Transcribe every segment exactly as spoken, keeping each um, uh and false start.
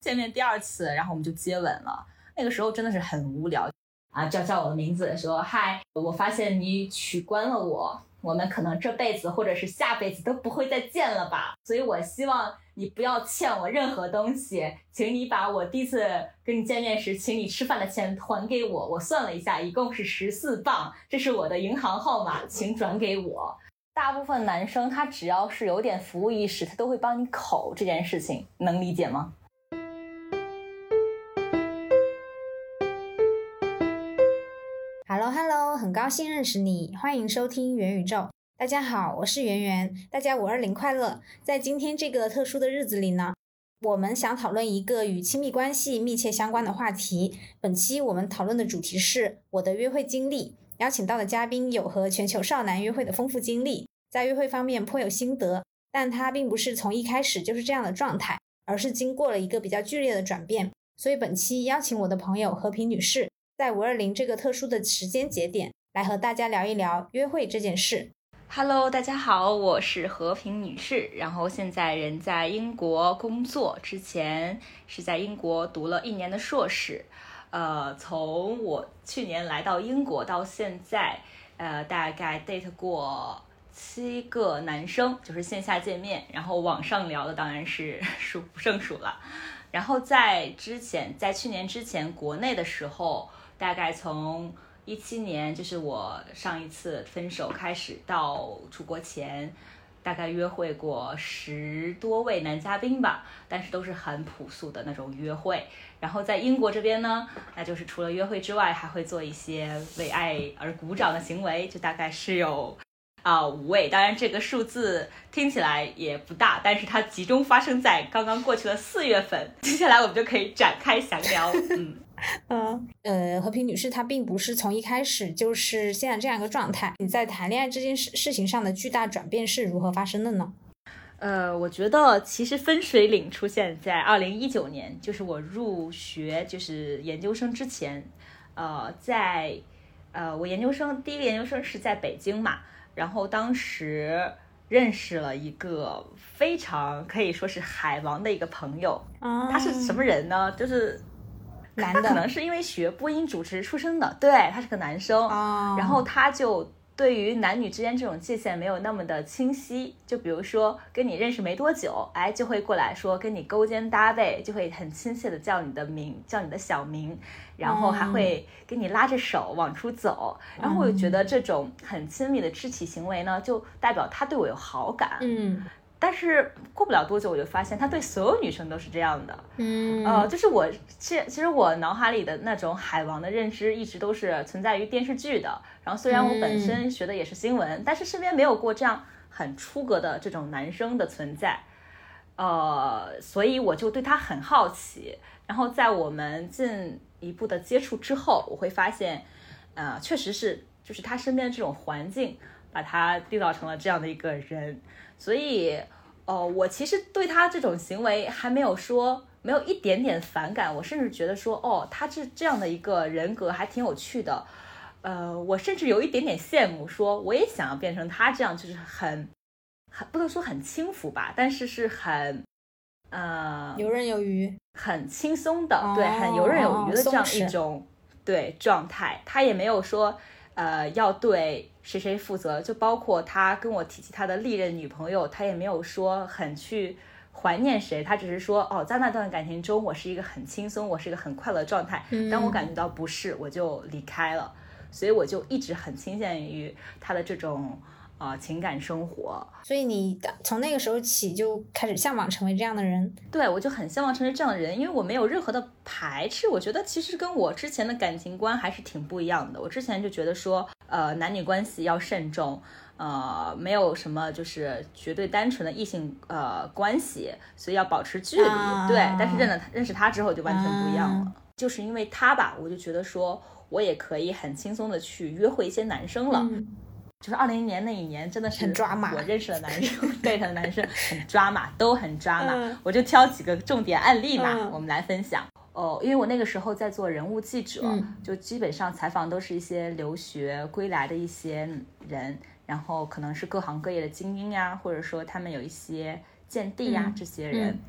见面第二次，然后我们就接吻了。那个时候真的是很无聊啊，叫叫我的名字，说嗨，我发现你取关了我，我们可能这辈子或者是下辈子都不会再见了吧，所以我希望你不要欠我任何东西，请你把我第一次跟你见面时请你吃饭的钱还给我，我算了一下一共是十四磅，这是我的银行号码，请转给我。大部分男生他只要是有点服务意识，他都会帮你口这件事情，能理解吗？ Hello Hello， 很高兴认识你，欢迎收听元宇宙。大家好，我是圆圆，大家五二零快乐。在今天这个特殊的日子里呢，我们想讨论一个与亲密关系密切相关的话题。本期我们讨论的主题是我的约会经历，邀请到的嘉宾有和全球少男约会的丰富经历，在约会方面颇有心得，但他并不是从一开始就是这样的状态，而是经过了一个比较剧烈的转变。所以本期邀请我的朋友和平女士，在五二零这个特殊的时间节点，来和大家聊一聊约会这件事。 Hello， 大家好，我是和平女士，然后现在人在英国工作，之前是在英国读了一年的硕士。呃，从我去年来到英国到现在，呃，大概 date 过七个男生，就是线下见面，然后网上聊的当然是数不胜数了。然后在之前，在去年之前，国内的时候，大概从一七年，就是我上一次分手开始到出国前，大概约会过十多位男嘉宾吧，但是都是很朴素的那种约会。然后在英国这边呢，那就是除了约会之外，还会做一些为爱而鼓掌的行为，就大概是有啊、呃、五位。当然这个数字听起来也不大，但是它集中发生在刚刚过去的四月份。接下来我们就可以展开详聊。嗯。 嗯呃，和平女士她并不是从一开始就是现在这样一个状态，你在谈恋爱这件事事情上的巨大转变是如何发生的呢？ 呃，我觉得其实分水岭出现在二零一九年，就是我入学就是研究生之前。呃，在呃我研究生第一个研究生是在北京嘛，然后当时认识了一个非常可以说是海王的一个朋友。 啊， 他是什么人呢？就是男的， 他可能是因为学播音主持出身的，对，他是个男生。 哦， 然后他就对于男女之间这种界限没有那么的清晰，就比如说跟你认识没多久，哎，就会过来说跟你勾肩搭背，就会很亲切的叫你的名，叫你的小名，然后还会跟你拉着手往出走。嗯、然后我就觉得这种很亲密的肢体行为呢，就代表他对我有好感。 嗯。 但是过不了多久，我就发现他对所有女生都是这样的。 嗯， 呃，就是我其其实我脑海里的那种海王的认知一直都是存在于电视剧的。然后虽然我本身学的也是新闻，嗯、但是身边没有过这样很出格的这种男生的存在。呃，所以我就对他很好奇。然后在我们进一步的接触之后，我会发现，呃，确实是就是他身边这种环境把他缔造成了这样的一个人。所以，呃，我其实对他这种行为还没有说没有一点点反感，我甚至觉得说，哦，他是这样的一个人格还挺有趣的。呃，我甚至有一点点羡慕，说我也想要变成他这样，就是很很不能说很轻浮吧，但是是很呃游刃有余， 很轻松的， 哦、 对，很游刃有余的这样一种、 哦、 对状态。他也没有说呃要对谁谁负责，就包括他跟我提起他的历任女朋友，他也没有说很去怀念谁，他只是说哦，在那段感情中我是一个很轻松，我是一个很快乐的状态。当我感觉到不是，我就离开了。所以我就一直很倾向于他的这种呃情感生活。 所以你从那个时候起就开始向往成为这样的人？ 对，我就很向往成为这样的人，因为我没有任何的排斥。我觉得其实跟我之前的感情观还是挺不一样的。我之前就觉得说呃男女关系要慎重，呃没有什么就是绝对单纯的异性呃关系，所以要保持距离、啊、对。但是认了认识他之后就完全不一样了、啊、就是因为他吧，我就觉得说我也可以很轻松的去约会一些男生了、嗯、就是二零年那一年真的是我认识的男生对他的男生很抓马，都很抓马、嗯、我就挑几个重点案例嘛、嗯、我们来分享哦。因为我那个时候在做人物记者、嗯、就基本上采访都是一些留学归来的一些人，然后可能是各行各业的精英呀，或者说他们有一些见地呀、嗯、这些人、嗯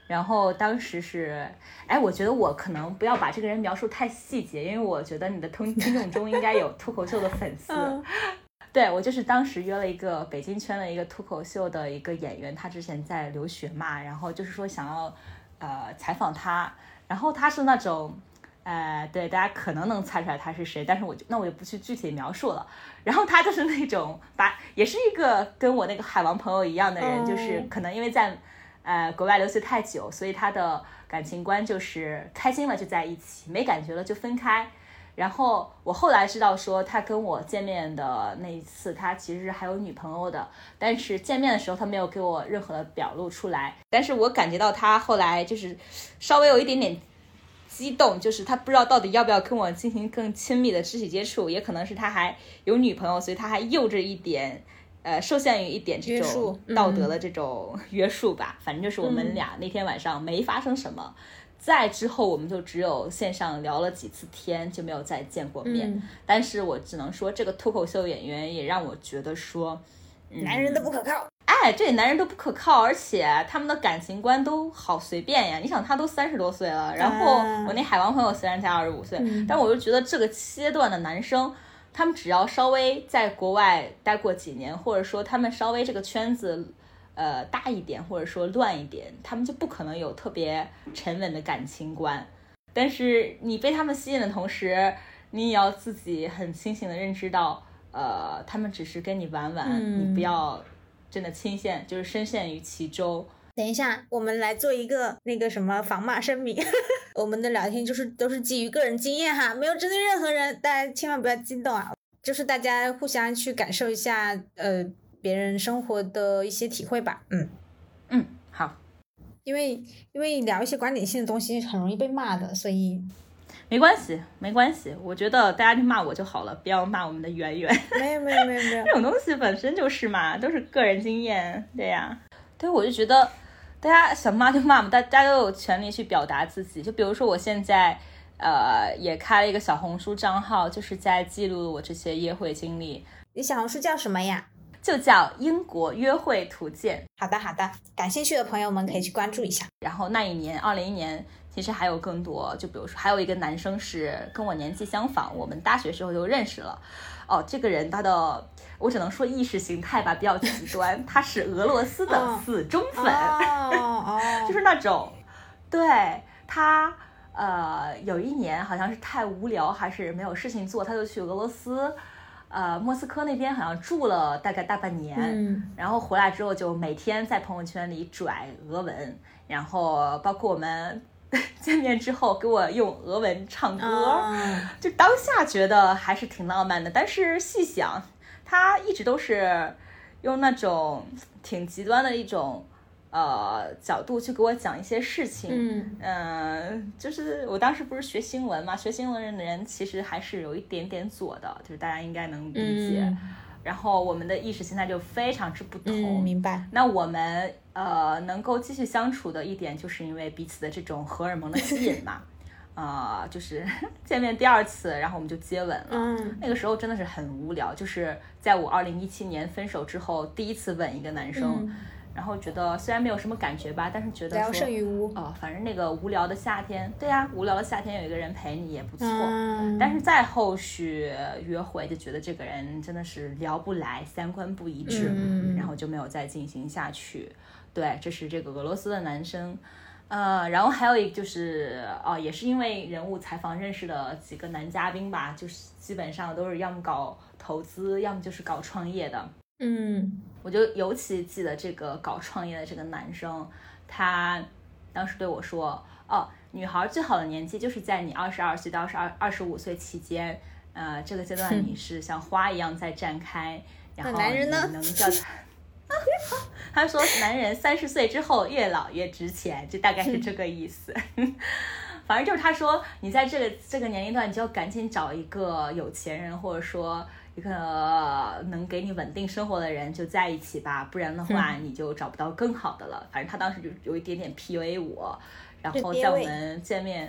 然后当时是，哎，我觉得我可能不要把这个人描述太细节，因为我觉得你的听听众中应该有脱口秀的粉丝。嗯、对，我就是当时约了一个北京圈的一个脱口秀的一个演员，他之前在留学嘛，然后就是说想要呃采访他，然后他是那种。呃，对，大家可能能猜出来他是谁，但是我就那我就不去具体描述了。然后他就是那种把，也是一个跟我那个海王朋友一样的人，嗯、就是可能因为在呃国外留学太久，所以他的感情观就是开心了就在一起，没感觉了就分开。然后我后来知道说，他跟我见面的那一次，他其实是还有女朋友的，但是见面的时候他没有给我任何的表露出来。但是我感觉到他后来就是稍微有一点点激动，就是他不知道到底要不要跟我进行更亲密的肢体接触，也可能是他还有女朋友，所以他还诱着一点呃，受限于一点这种道德的这种约束吧、嗯、反正就是我们俩那天晚上没发生什么、嗯、再之后我们就只有线上聊了几次天，就没有再见过面、嗯、但是我只能说这个脱口秀演员也让我觉得说、 嗯、男人都不可靠。 哎，这男人都不可靠，而且他们的感情观都好随便呀！你想，他都三十多岁了，然后我那海王朋友虽然才二十五岁、嗯，但我就觉得这个阶段的男生，他们只要稍微在国外待过几年，或者说他们稍微这个圈子呃大一点，或者说乱一点，他们就不可能有特别沉稳的感情观。但是你被他们吸引的同时，你也要自己很清醒的认知到，呃，他们只是跟你玩玩，嗯、你不要。真的倾陷，就是深陷于其中。 等一下，我们来做一个那个什么防骂声明。我们的聊天就是都是基于个人经验哈，没有针对任何人，大家千万不要激动啊！就是大家互相去感受一下，呃，别人生活的一些体会吧。嗯嗯，好。 因为因为聊一些观点性的东西很容易被骂的，所以。 没关系，没关系，我觉得大家就骂我就好了，不要骂我们的圆圆。 没有没有没有没有， 这种东西本身就是嘛，都是个人经验，对呀。对，我就觉得大家想骂就骂嘛，大家都有权利去表达自己。就比如说我现在呃也开了一个小红书账号，就是在记录我这些约会经历。 你小红书叫什么呀？ 就叫英国约会图鉴。 好的好的，感兴趣的朋友们可以去关注一下。 然后那一年二零一年其实还有更多，就比如说还有一个男生是跟我年纪相仿，我们大学时候就认识了。哦，这个人他的我只能说意识形态吧比较极端，他是俄罗斯的死忠粉，哦哦、就是那种，对他呃有一年好像是太无聊还是没有事情做，他就去俄罗斯。呃，莫斯科那边好像住了大概大半年、嗯、然后回来之后就每天在朋友圈里拽俄文，然后包括我们见面之后给我用俄文唱歌、哦、就当下觉得还是挺浪漫的，但是细想他一直都是用那种挺极端的一种呃角度去给我讲一些事情。嗯、呃、就是我当时不是学新闻嘛，学新闻的人其实还是有一点点左的，就是大家应该能理解、嗯、然后我们的意识形态就非常之不同、 嗯、明白。 那我们呃能够继续相处的一点就是因为彼此的这种荷尔蒙的吸引嘛呃，就是见面第二次然后我们就接吻了、嗯、那个时候真的是很无聊，就是在我二零一七年分手之后第一次吻一个男生、嗯，然后觉得虽然没有什么感觉吧，但是觉得说聊胜于无哦，反正那个无聊的夏天，对呀、啊，无聊的夏天有一个人陪你也不错、嗯。但是在后续约会就觉得这个人真的是聊不来，三观不一致，嗯、然后就没有再进行下去。对，这是这个俄罗斯的男生。呃，然后还有一个就是哦、呃，也是因为人物采访认识的几个男嘉宾吧，就是基本上都是要么搞投资，要么就是搞创业的。 嗯， 我就尤其记得这个搞创业的这个男生，他当时对我说，哦，女孩最好的年纪就是在你二十二岁到二十二二十五岁期间，呃，这个阶段你是像花一样在绽开，然后男人呢能叫他。他说男人三十岁之后越老越值钱，就大概是这个意思。反正就是他说你在这个这个年龄段你就要赶紧找一个有钱人，或者说一个能给你稳定生活的人就在一起吧，不然的话你就找不到更好的了。反正他当时就有一点点 P U A 我，然后在我们见面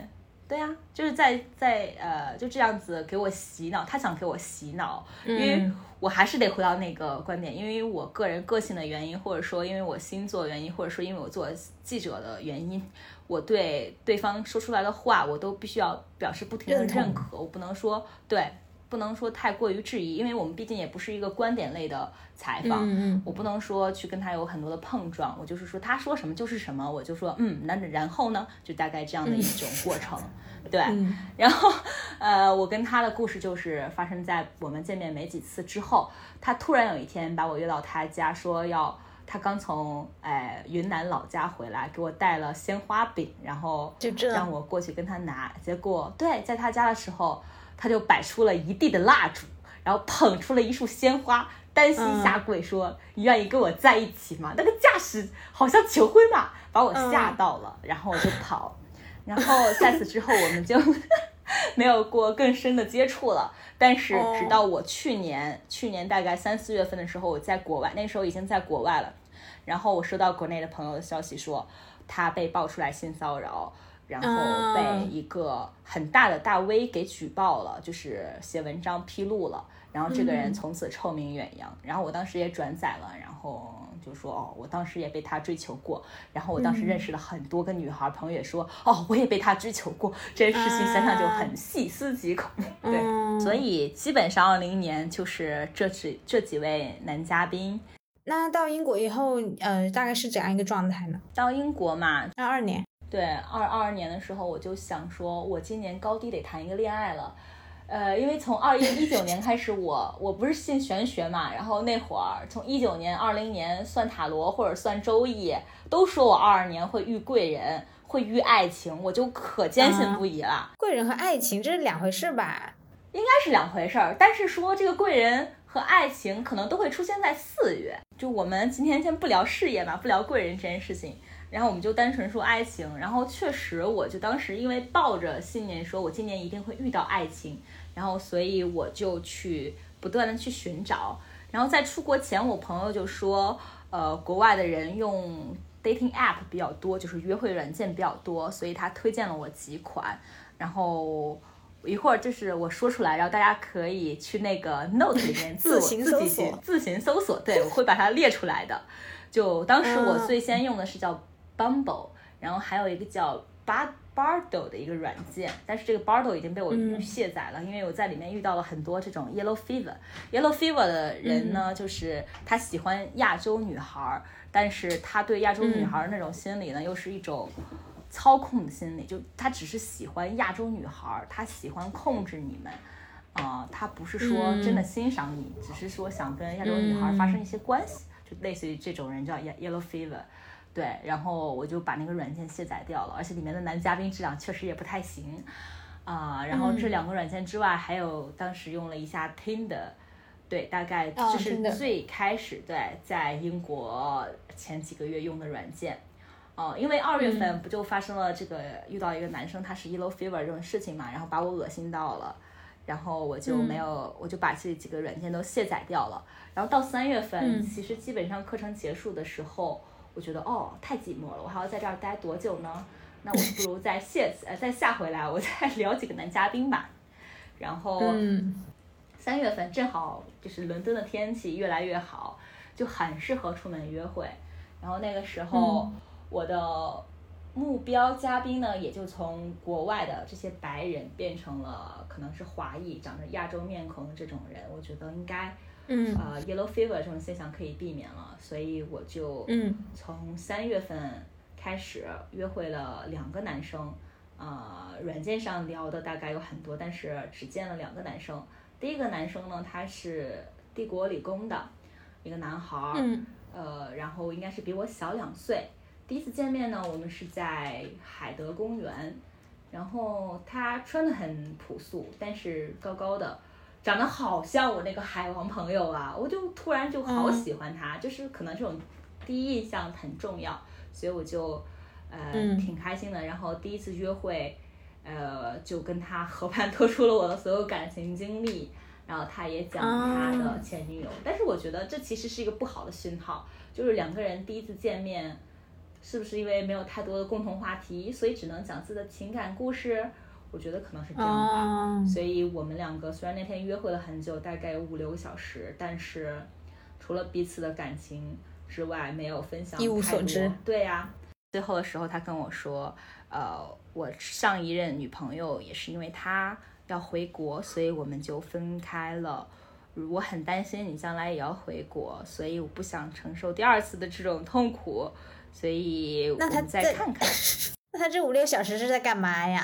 对啊，就是在在呃就这样子给我洗脑，他想给我洗脑，因为我还是得回到那个观点，因为我个人个性的原因，或者说因为我星座原因，或者说因为我做记者的原因，我对对方说出来的话，我都必须要表示不停的认可，我不能说对。不能说太过于质疑，因为我们毕竟也不是一个观点类的采访， 嗯嗯， 我不能说去跟他有很多的碰撞，我就是说他说什么就是什么，我就说嗯，那然后呢，就大概这样的一种过程，嗯、对、嗯。然后呃，我跟他的故事就是发生在我们见面没几次之后，他突然有一天把我约到他家，说要他刚从哎云南老家回来，给我带了鲜花饼，然后让我过去跟他拿，结果对，在他家的时候。他就摆出了一地的蜡烛，然后捧出了一束鲜花，单膝下跪说、嗯、你愿意跟我在一起吗？那个架势好像求婚啊，把我吓到了、嗯、然后我就跑，然后在此之后我们就没有过更深的接触了。但是直到我去年、哦、去年大概三四月份的时候，我在国外，那时候已经在国外了，然后我收到国内的朋友的消息说他被爆出来性骚扰，然后被一个很大的大 V 给举报了，就是写文章披露了，然后这个人从此臭名远扬、嗯、然后我当时也转载了，然后就说哦，我当时也被他追求过，然后我当时认识了很多个女孩朋友也说、嗯、哦，我也被他追求过，这件事情想想就很细思极恐、嗯、对，所以基本上二零年就是这几这几位男嘉宾。 那到英国以后呃，大概是怎样一个状态呢？ 到英国嘛， 二二年， 对，二二二年的时候我就想说我今年高低得谈一个恋爱了，呃，因为从二一一九年开始我我不是信玄学嘛，然后那会儿从一九年二零年算塔罗或者算周易都说我二二年会遇贵人，会遇爱情，我就可坚信不疑了、 嗯、贵人和爱情这是两回事吧？ 应该是两回事儿，但是说这个贵人和爱情可能都会出现在四月，就我们今天先不聊事业嘛，不聊贵人这件事情，然后我们就单纯说爱情。然后确实我就当时因为抱着信念说我今年一定会遇到爱情，然后所以我就去不断的去寻找。然后在出国前我朋友就说呃，国外的人用 dating app 比较多，就是约会软件比较多，所以他推荐了我几款，然后一会儿就是我说出来，然后大家可以去那个 note 里面自自行搜索， 自行搜索。对，我会把它列出来的。就当时我最先用的是叫 Bumble，、嗯、然后还有一个叫 Bardo 的一个软件，但是这个 Bardo 已经被我卸载了、嗯，因为我在里面遇到了很多这种 Yellow Fever。Yellow Fever 的人呢、嗯，就是他喜欢亚洲女孩，但是他对亚洲女孩那种心理呢，嗯、又是一种操控的心理，就他只是喜欢亚洲女孩，他喜欢控制你们，啊、呃，他不是说真的欣赏你、嗯，只是说想跟亚洲女孩发生一些关系，嗯、就类似于这种人叫 Yellow Fever， 对，然后我就把那个软件卸载掉了，而且里面的男嘉宾质量确实也不太行，啊、呃，然后这两个软件之外，还有当时用了一下 Tinder， 对，大概这是最开始、哦、对，在英国前几个月用的软件。哦，因为二月份不就发生了这个、嗯、遇到一个男生他是 yellow fever 这种事情嘛，然后把我恶心到了，然后我就没有、嗯、我就把这几个软件都卸载掉了。然后到三月份、嗯、其实基本上课程结束的时候，我觉得哦太寂寞了，我还要在这儿待多久呢？那我不如再卸呃再下回来，我再聊几个男嘉宾吧。然后三月份正好就是伦敦的天气越来越好，就很适合出门约会。然后那个时候、嗯我的目标嘉宾呢，也就从国外的这些白人变成了可能是华裔，长着亚洲面孔的这种人。我觉得应该，嗯，呃 ，yellow fever 这种现象可以避免了，所以我就，嗯，从三月份开始约会了两个男生，呃，软件上聊的大概有很多，但是只见了两个男生。第一个男生呢，他是帝国理工的一个男孩，嗯，呃，然后应该是比我小两岁。第一次见面呢，我们是在海德公园，然后他穿得很朴素，但是高高的，长得好像我那个海王朋友啊，我就突然就好喜欢他，嗯、就是可能这种第一印象很重要，所以我就呃、嗯、挺开心的。然后第一次约会，呃就跟他和盘托出了我的所有感情经历，然后他也讲他的前女友，嗯、但是我觉得这其实是一个不好的讯号，就是两个人第一次见面。是不是因为没有太多的共同话题，所以只能讲自己的情感故事？ 我觉得可能是这样吧。 哦、 所以我们两个虽然那天约会了很久，大概有五六个小时，但是除了彼此的感情之外，没有分享太多。 一无所知。 对呀、啊，最后的时候他跟我说，呃，我上一任女朋友也是因为她要回国，所以我们就分开了。我很担心你将来也要回国，所以我不想承受第二次的这种痛苦，所以我们再看看。 那他这五六小时是在干嘛呀？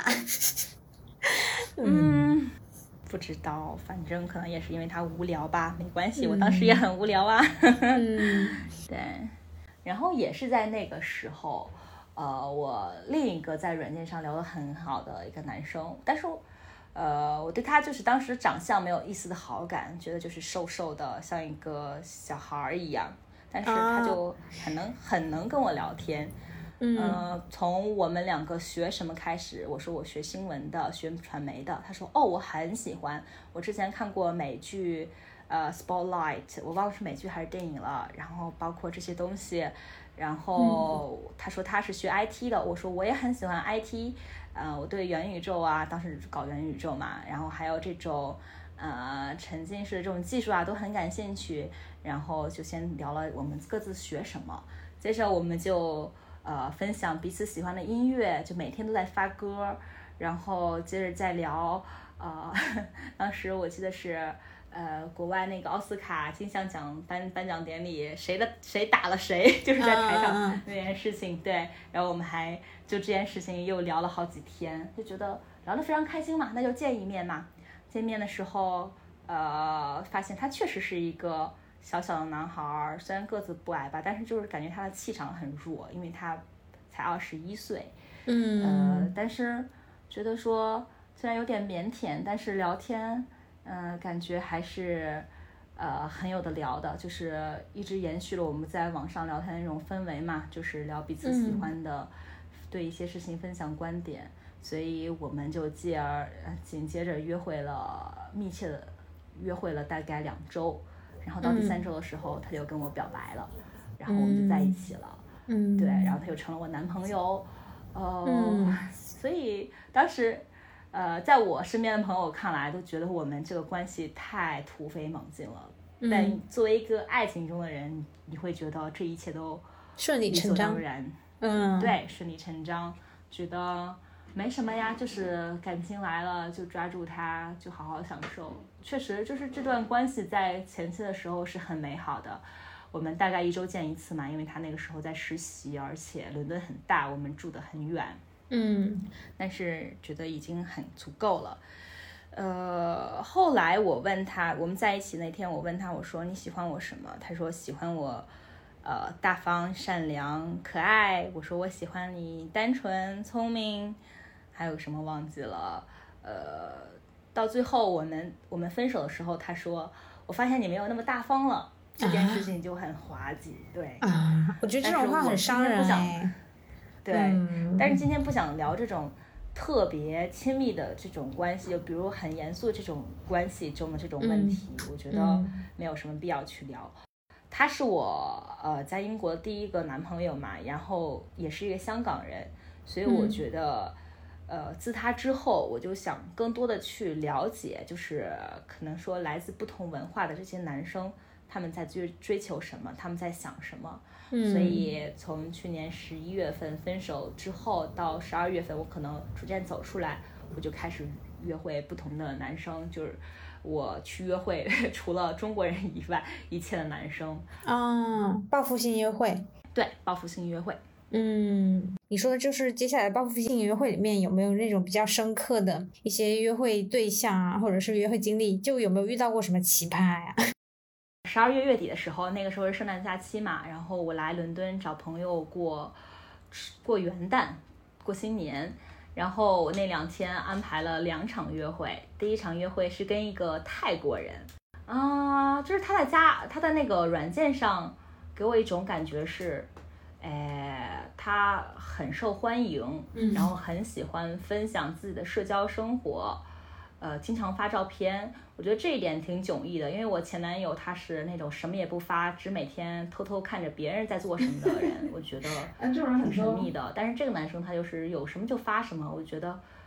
嗯，不知道，反正可能也是因为他无聊吧，没关系，嗯、我当时也很无聊啊。 嗯， 对。然后也是在那个时候，呃，我另一个在软件上聊得很好的一个男生，但是，呃，我对他就是当时长相没有一丝的好感，觉得就是瘦瘦的，像一个小孩一样。但是他就很能、啊、很能跟我聊天。 嗯， 呃，从我们两个学什么开始，我说我学新闻的，学传媒的，他说哦，我很喜欢，我之前看过美剧，呃 Spotlight， 我忘了是美剧还是电影了，然后包括这些东西，然后他说他是学 I T 的，我说我也很喜欢 I T， 呃，我对元宇宙啊，当时搞元宇宙嘛，然后还有这种呃沉浸式的这种技术啊都很感兴趣，然后就先聊了我们各自学什么，接着我们就呃，分享彼此喜欢的音乐，就每天都在发歌，然后接着再聊，呃，当时我记得是，呃，国外那个奥斯卡金像奖颁颁奖典礼，谁的谁打了谁，就是在台上那件事情，对，然后我们还就这件事情又聊了好几天，就觉得聊得非常开心嘛，那就见一面嘛。见面的时候，呃，发现他确实是一个小小的男孩，虽然个子不矮吧，但是就是感觉他的气场很弱，因为他才二十一岁， 嗯， 呃，但是觉得说虽然有点腼腆，但是聊天，嗯、呃，感觉还是呃很有的聊的，就是一直延续了我们在网上聊天的那种氛围嘛，就是聊彼此喜欢的，嗯、对一些事情分享观点，所以我们就继而紧接着约会了，密切的约会了大概两周。然后到第三周的时候，嗯、他就跟我表白了，然后我们就在一起了， 嗯， 对，然后他就成了我男朋友，呃， 嗯、 所以当时，呃，在我身边的朋友看来，都觉得我们这个关系太突飞猛进了。嗯、但作为一个爱情中的人，你会觉得这一切都顺理成章， 嗯，对，顺理成章，觉得没什么呀，就是感情来了就抓住它，就好好享受。确实，就是这段关系在前期的时候是很美好的。我们大概一周见一次嘛，因为他那个时候在实习，而且伦敦很大，我们住得很远。 嗯， 但是觉得已经很足够了。呃，后来我问他，我们在一起那天，我问他，我说你喜欢我什么？他说喜欢我。呃，大方、善良、可爱。我说我喜欢你单纯、聪明，还有什么忘记了？呃，到最后我们我们分手的时候，他说我发现你没有那么大方了，这件事情就很滑稽。对啊，我觉得这种话很伤人哎。 对、嗯，但是今天不想聊这种特别亲密的这种关系，就比如很严肃这种关系中的这种问题，嗯、我觉得没有什么必要去聊。他是我呃在英国的第一个男朋友嘛，然后也是一个香港人，所以我觉得，嗯、呃，自他之后，我就想更多的去了解，就是可能说来自不同文化的这些男生，他们在追追求什么，他们在想什么。嗯、所以从去年十一月份分手之后到十二月份，我可能逐渐走出来，我就开始约会不同的男生，就是。我去约会，除了中国人以外，一切的男生。 啊，报复性约会。 对，报复性约会。 嗯，你说的就是接下来报复性约会里面有没有那种比较深刻的一些约会对象啊，或者是约会经历，就有没有遇到过什么奇葩呀？ 十二月月底的时候，那个时候是圣诞假期嘛，然后我来伦敦找朋友过过元旦，过新年。然后我那两天安排了两场约会，第一场约会是跟一个泰国人，啊、呃，就是他在家，他在那个软件上给我一种感觉是，哎，他很受欢迎， 嗯、 然后很喜欢分享自己的社交生活，呃，经常发照片。我觉得这一点挺迥异的，因为我前男友他是那种什么也不发，只每天偷偷看着别人在做什么的人，我觉得挺神秘的。但是这个男生他就是有什么就发什么，我觉得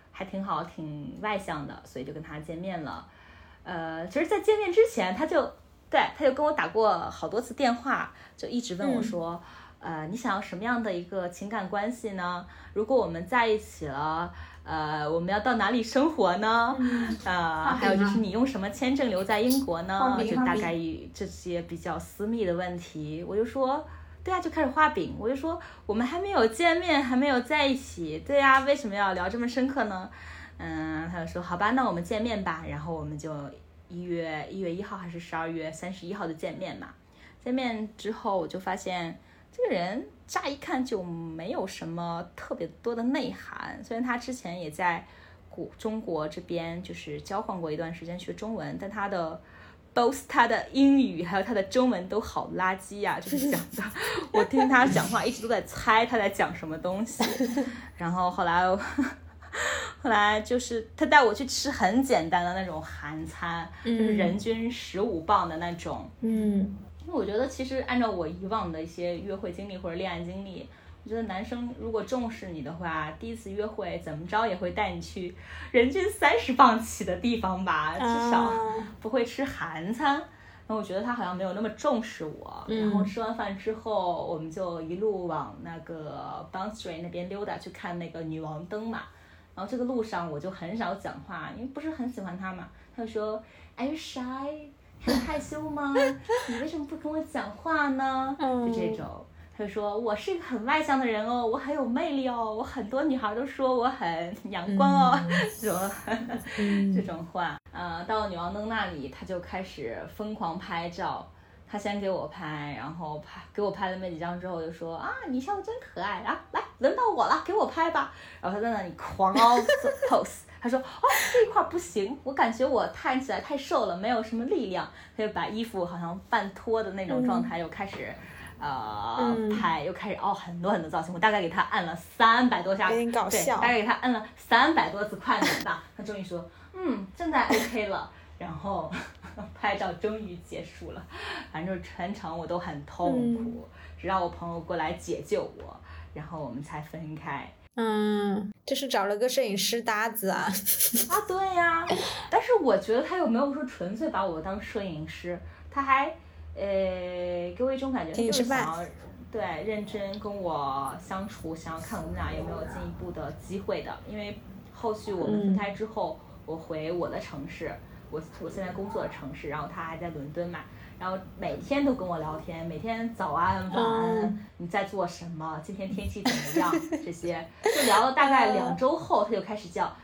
还挺好，挺外向的，所以就跟他见面了。呃，其实，在见面之前，他就对他就跟我打过好多次电话，就一直问我说，嗯、呃，你想要什么样的一个情感关系呢？如果我们在一起了，呃，我们要到哪里生活呢？嗯、呃，还有就是你用什么签证留在英国呢？就大概这些比较私密的问题，我就说。对啊，就开始画饼，我就说我们还没有见面，还没有在一起，对啊，为什么要聊这么深刻呢？嗯，他就说好吧，那我们见面吧，然后我们就一月一月一号还是十二月三十一号的见面嘛。见面之后，我就发现这个人乍一看就没有什么特别多的内涵，虽然他之前也在古中国这边就是交换过一段时间学中文，但他的。both 他的英语还有他的中文都好垃圾呀、啊，就是讲的，我听他讲话一直都在猜他在讲什么东西。然后后来，后来就是他带我去吃很简单的那种韩餐，嗯、就是人均十五磅的那种。 嗯， 因为我觉得其实按照我以往的一些约会经历或者恋爱经历。我觉得男生如果重视你的话，第一次约会怎么着也会带你去人均三十磅起的地方吧，至少不会吃韩餐。然后我觉得他好像没有那么重视我。嗯、然后吃完饭之后，我们就一路往那个 Bond Street 那边溜达，去看那个女王灯嘛。然后这个路上我就很少讲话，因为不是很喜欢他嘛。他就说 Are you shy？ 很害羞吗？你为什么不跟我讲话呢？就这种。他就说我是一个很外向的人哦，我很有魅力哦，我很多女孩都说我很阳光哦，嗯、这种这种话。呃，到了女王灯那里，他就开始疯狂拍照。他先给我拍，然后拍给我拍了没几张之后，就说啊，你笑得真可爱啊，来轮到我了，给我拍吧。然后他在那里狂凹 pose。他说哦，这一块不行，我感觉我看起来太瘦了，没有什么力量。他就把衣服好像半脱的那种状态又开始。嗯呃， 嗯、 拍又开始凹很多很多造型，我大概给他按了三百多下， 有点搞笑， 对，大概给他按了三百多次快门吧，他终于说，嗯，现在 OK 了，然后拍照终于结束了，反正全程我都很痛苦，嗯、直到我朋友过来解救我，然后我们才分开。 嗯，就是找了个摄影师搭子啊。 啊，对呀、啊，但是我觉得他又没有说纯粹把我当摄影师，他还。呃，给我一种感觉，他就是想要对认真跟我相处，想要看我们俩有没有进一步的机会的。因为后续我们分开之后，嗯、我回我的城市，我我现在工作的城市，然后他还在伦敦嘛，然后每天都跟我聊天，每天早安晚安，嗯、你在做什么？今天天气怎么样？这些就聊了大概两周后，他就开始叫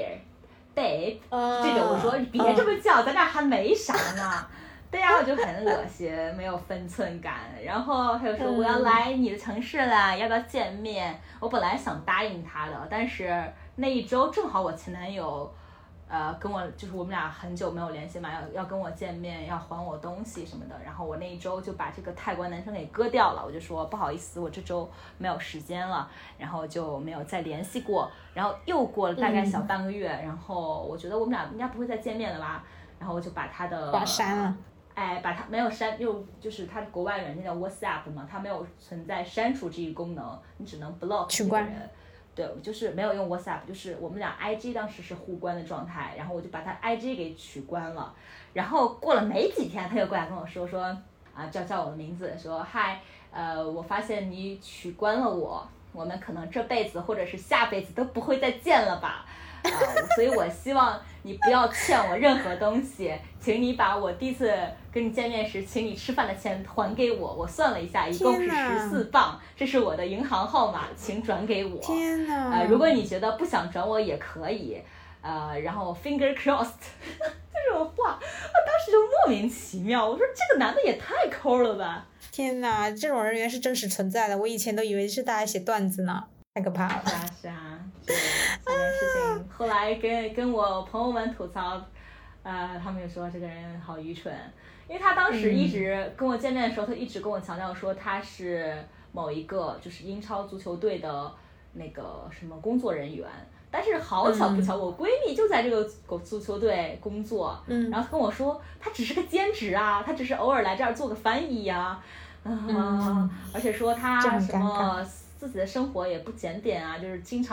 Dear。Babe，、uh, 这种我说别这么叫， uh, 咱俩还没啥呢。对呀、啊，我就很恶心，没有分寸感。然后他就说我要来你的城市了，要不要见面？我本来想答应他的，但是那一周正好我前男友，呃，跟我就是我们俩很久没有联系嘛，要要跟我见面，要还我东西什么的。然后我那一周就把这个泰国男生给割掉了，我就说不好意思，我这周没有时间了，然后就没有再联系过。然后又过了大概小半个月，嗯、然后我觉得我们俩应该不会再见面了吧，然后我就把他的把删了。 哎，把它没有删，又就是它国外软件叫 WhatsApp 嘛，它没有存在删除这一功能，你只能 block 这个人。对，就是没有用 WhatsApp，就是我们俩 I G 当时是互关的状态，然后我就把他 I G 给取关了。然后过了没几天，他又过来跟我说说啊，叫叫我的名字，说嗨，呃，我发现你取关了我，我们可能这辈子或者是下辈子都不会再见了吧。啊、呃，所以我希望你不要欠我任何东西，请你把我第一次跟你见面时请你吃饭的钱还给我。我算了一下，一共是十四磅，这是我的银行号码，请转给我。 天哪！ 呃，如果你觉得不想转我也可以，呃，然后 finger crossed 这种话，我当时就莫名其妙，我说这个男的也太抠了吧！ 天哪，这种人原来是真实存在的，我以前都以为是大家写段子呢。太可怕了！ 是啊是啊，这这件事情后来跟跟我朋友们吐槽，呃，他们就说这个人好愚蠢，因为他当时一直跟我见面的时候，嗯、他一直跟我强调说他是某一个就是英超足球队的那个什么工作人员，但是好巧不巧，嗯、我闺蜜就在这个足球队工作，嗯、然后她跟我说他只是个兼职啊，他只是偶尔来这儿做个翻译呀、啊，啊、嗯，而且说他什么。自己的生活也不检点啊，就是经常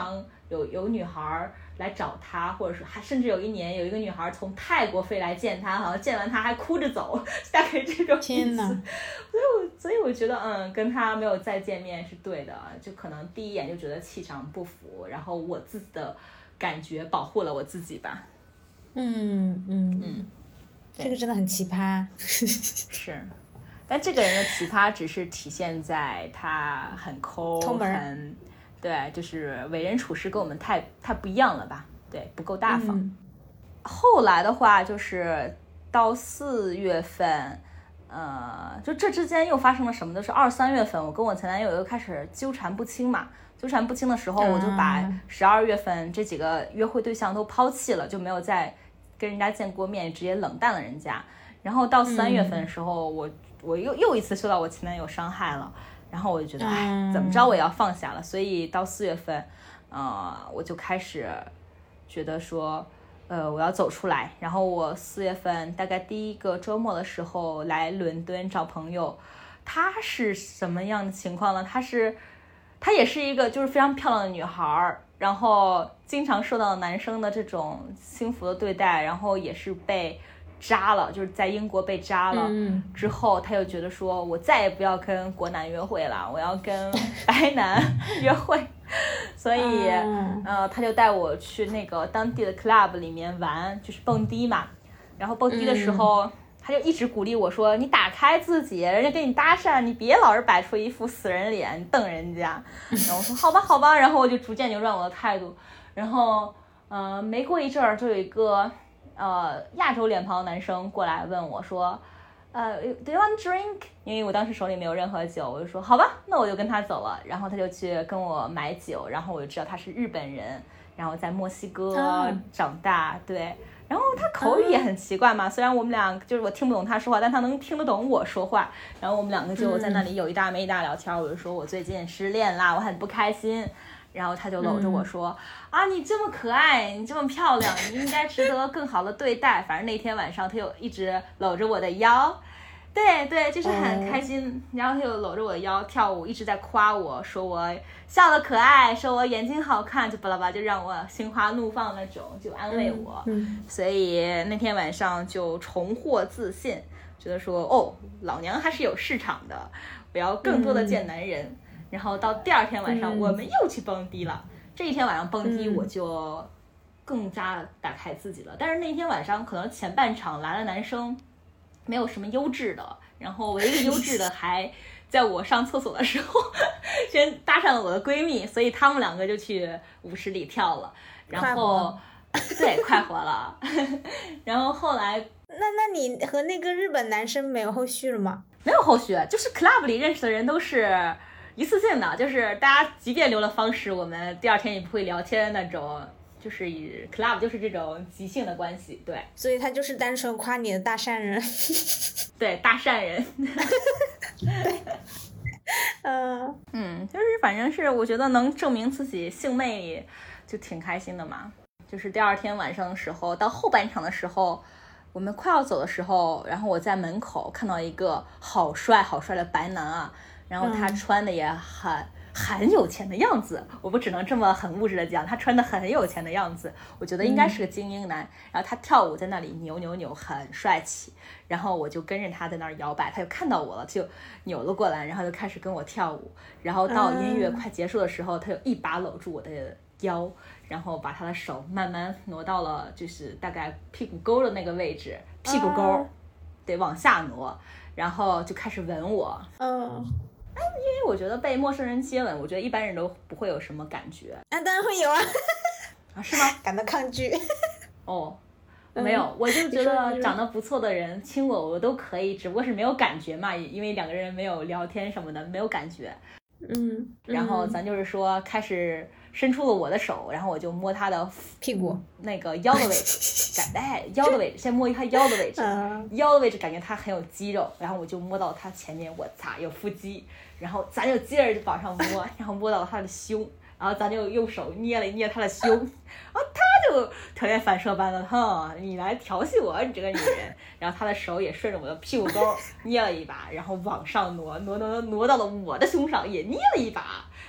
有有女孩来找他，或者是还甚至有一年有一个女孩从泰国飞来见他，好像见完他还哭着走，大概这种意思。 天哪！ 所以我所以我觉得嗯，跟他没有再见面是对的，就可能第一眼就觉得气场不符，然后我自己的感觉保护了我自己吧。 嗯嗯嗯，这个真的很奇葩。 是。但这个人的奇葩只是体现在他很抠，很对，就是为人处事跟我们太太不一样了吧？对，不够大方。嗯、后来的话，就是到四月份，呃，就这之间又发生了什么？就是二三月份，我跟我前男友又开始纠缠不清嘛。纠缠不清的时候，我就把十二月份这几个约会对象都抛弃了，就没有再跟人家见过面，直接冷淡了人家。然后到三月份的时候，嗯、我。我又又一次受到我前男友伤害了，然后我就觉得，哎，怎么着我也要放下了。所以到四月份，呃，我就开始觉得说，呃，我要走出来。然后我四月份大概第一个周末的时候来伦敦找朋友，她是什么样的情况呢？她是，她也是一个就是非常漂亮的女孩，然后经常受到男生的这种轻浮的对待，然后也是被。渣了，就是在英国被渣了、嗯、之后，他又觉得说我再也不要跟国男约会了，我要跟白男约会，所以、嗯、呃，他就带我去那个当地的 club 里面玩，就是蹦迪嘛。然后蹦迪的时候、嗯、他就一直鼓励我说，你打开自己，人家跟你搭讪，你别老是摆出一副死人脸，你瞪人家。然后我说好吧好吧，然后我就逐渐扭转我的态度。然后呃，没过一阵儿就有一个呃，亚洲脸庞的男生过来问我说，呃 ，Do you want drink？ 因为我当时手里没有任何酒，我就说好吧，那我就跟他走了。然后他就去跟我买酒，然后我就知道他是日本人，然后在墨西哥长大，嗯、对。然后他口语也很奇怪嘛，嗯、虽然我们俩就是我听不懂他说话，但他能听得懂我说话。然后我们两个就在那里有一搭没一搭聊天，嗯、我就说我最近失恋啦，我很不开心。然后他就搂着我说、嗯、啊，你这么可爱，你这么漂亮，你应该值得更好的对待。反正那天晚上他又一直搂着我的腰，对对，就是很开心、嗯、然后他又搂着我的腰跳舞，一直在夸我，说我笑得可爱，说我眼睛好看，就巴拉巴拉，就让我心花怒放那种，就安慰我、嗯嗯、所以那天晚上就重获自信，觉得说哦，老娘还是有市场的，我要更多的见男人、嗯，然后到第二天晚上我们又去蹦迪了、嗯、这一天晚上蹦迪我就更加打开自己了、嗯、但是那天晚上可能前半场来了男生没有什么优质的，然后唯一优质的还在我上厕所的时候先搭上了我的闺蜜，所以他们两个就去舞池里跳了，然后对快活了然后后来那那你和那个日本男生没有后续了吗？ 没有后续，就是 club 里认识的人都是一次性的，就是大家即便留了方式，我们第二天也不会聊天那种，就是 club 就是这种即兴的关系，对。 所以他就是单纯夸你的大善人。 对，大善人。 对。嗯嗯，就是反正是我觉得能证明自己性魅力就挺开心的嘛。就是第二天晚上的时候，到后半场的时候，我们快要走的时候，然后我在门口看到一个好帅好帅的白男啊。然后他穿的也很、嗯、很有钱的样子，我不只能这么很物质的讲，他穿的很有钱的样子，我觉得应该是个精英男、嗯、然后他跳舞在那里扭扭扭很帅气，然后我就跟着他在那儿摇摆，他就看到我了就扭了过来，然后就开始跟我跳舞，然后到音乐快结束的时候、嗯、他就一把搂住我的腰，然后把他的手慢慢挪到了就是大概屁股沟的那个位置，屁股沟、嗯、得往下挪，然后就开始吻我。 嗯， 因为我觉得被陌生人接吻，我觉得一般人都不会有什么感觉。 啊，当然会有啊。 啊，是吗？ 感到抗拒。 哦，没有，我就觉得长得不错的人亲我，我都可以，只不过是没有感觉嘛，因为两个人没有聊天什么的，没有感觉。 嗯。 然后咱就是说，开始伸出了我的手，然后我就摸他的屁股那个腰的位置，感哎腰的位置，先摸一下腰的位置，嗯、腰的位置感觉他很有肌肉，然后我就摸到他前面，我擦有腹肌，然后咱就接着就往上摸，然后摸到他的胸，然后咱就用手捏了一捏他的胸，然后他就条件反射般的，哼，你来调戏我，你这个女人，然后他的手也顺着我的屁股沟捏了一把，然后往上挪，挪挪挪到了我的胸上，也捏了一把。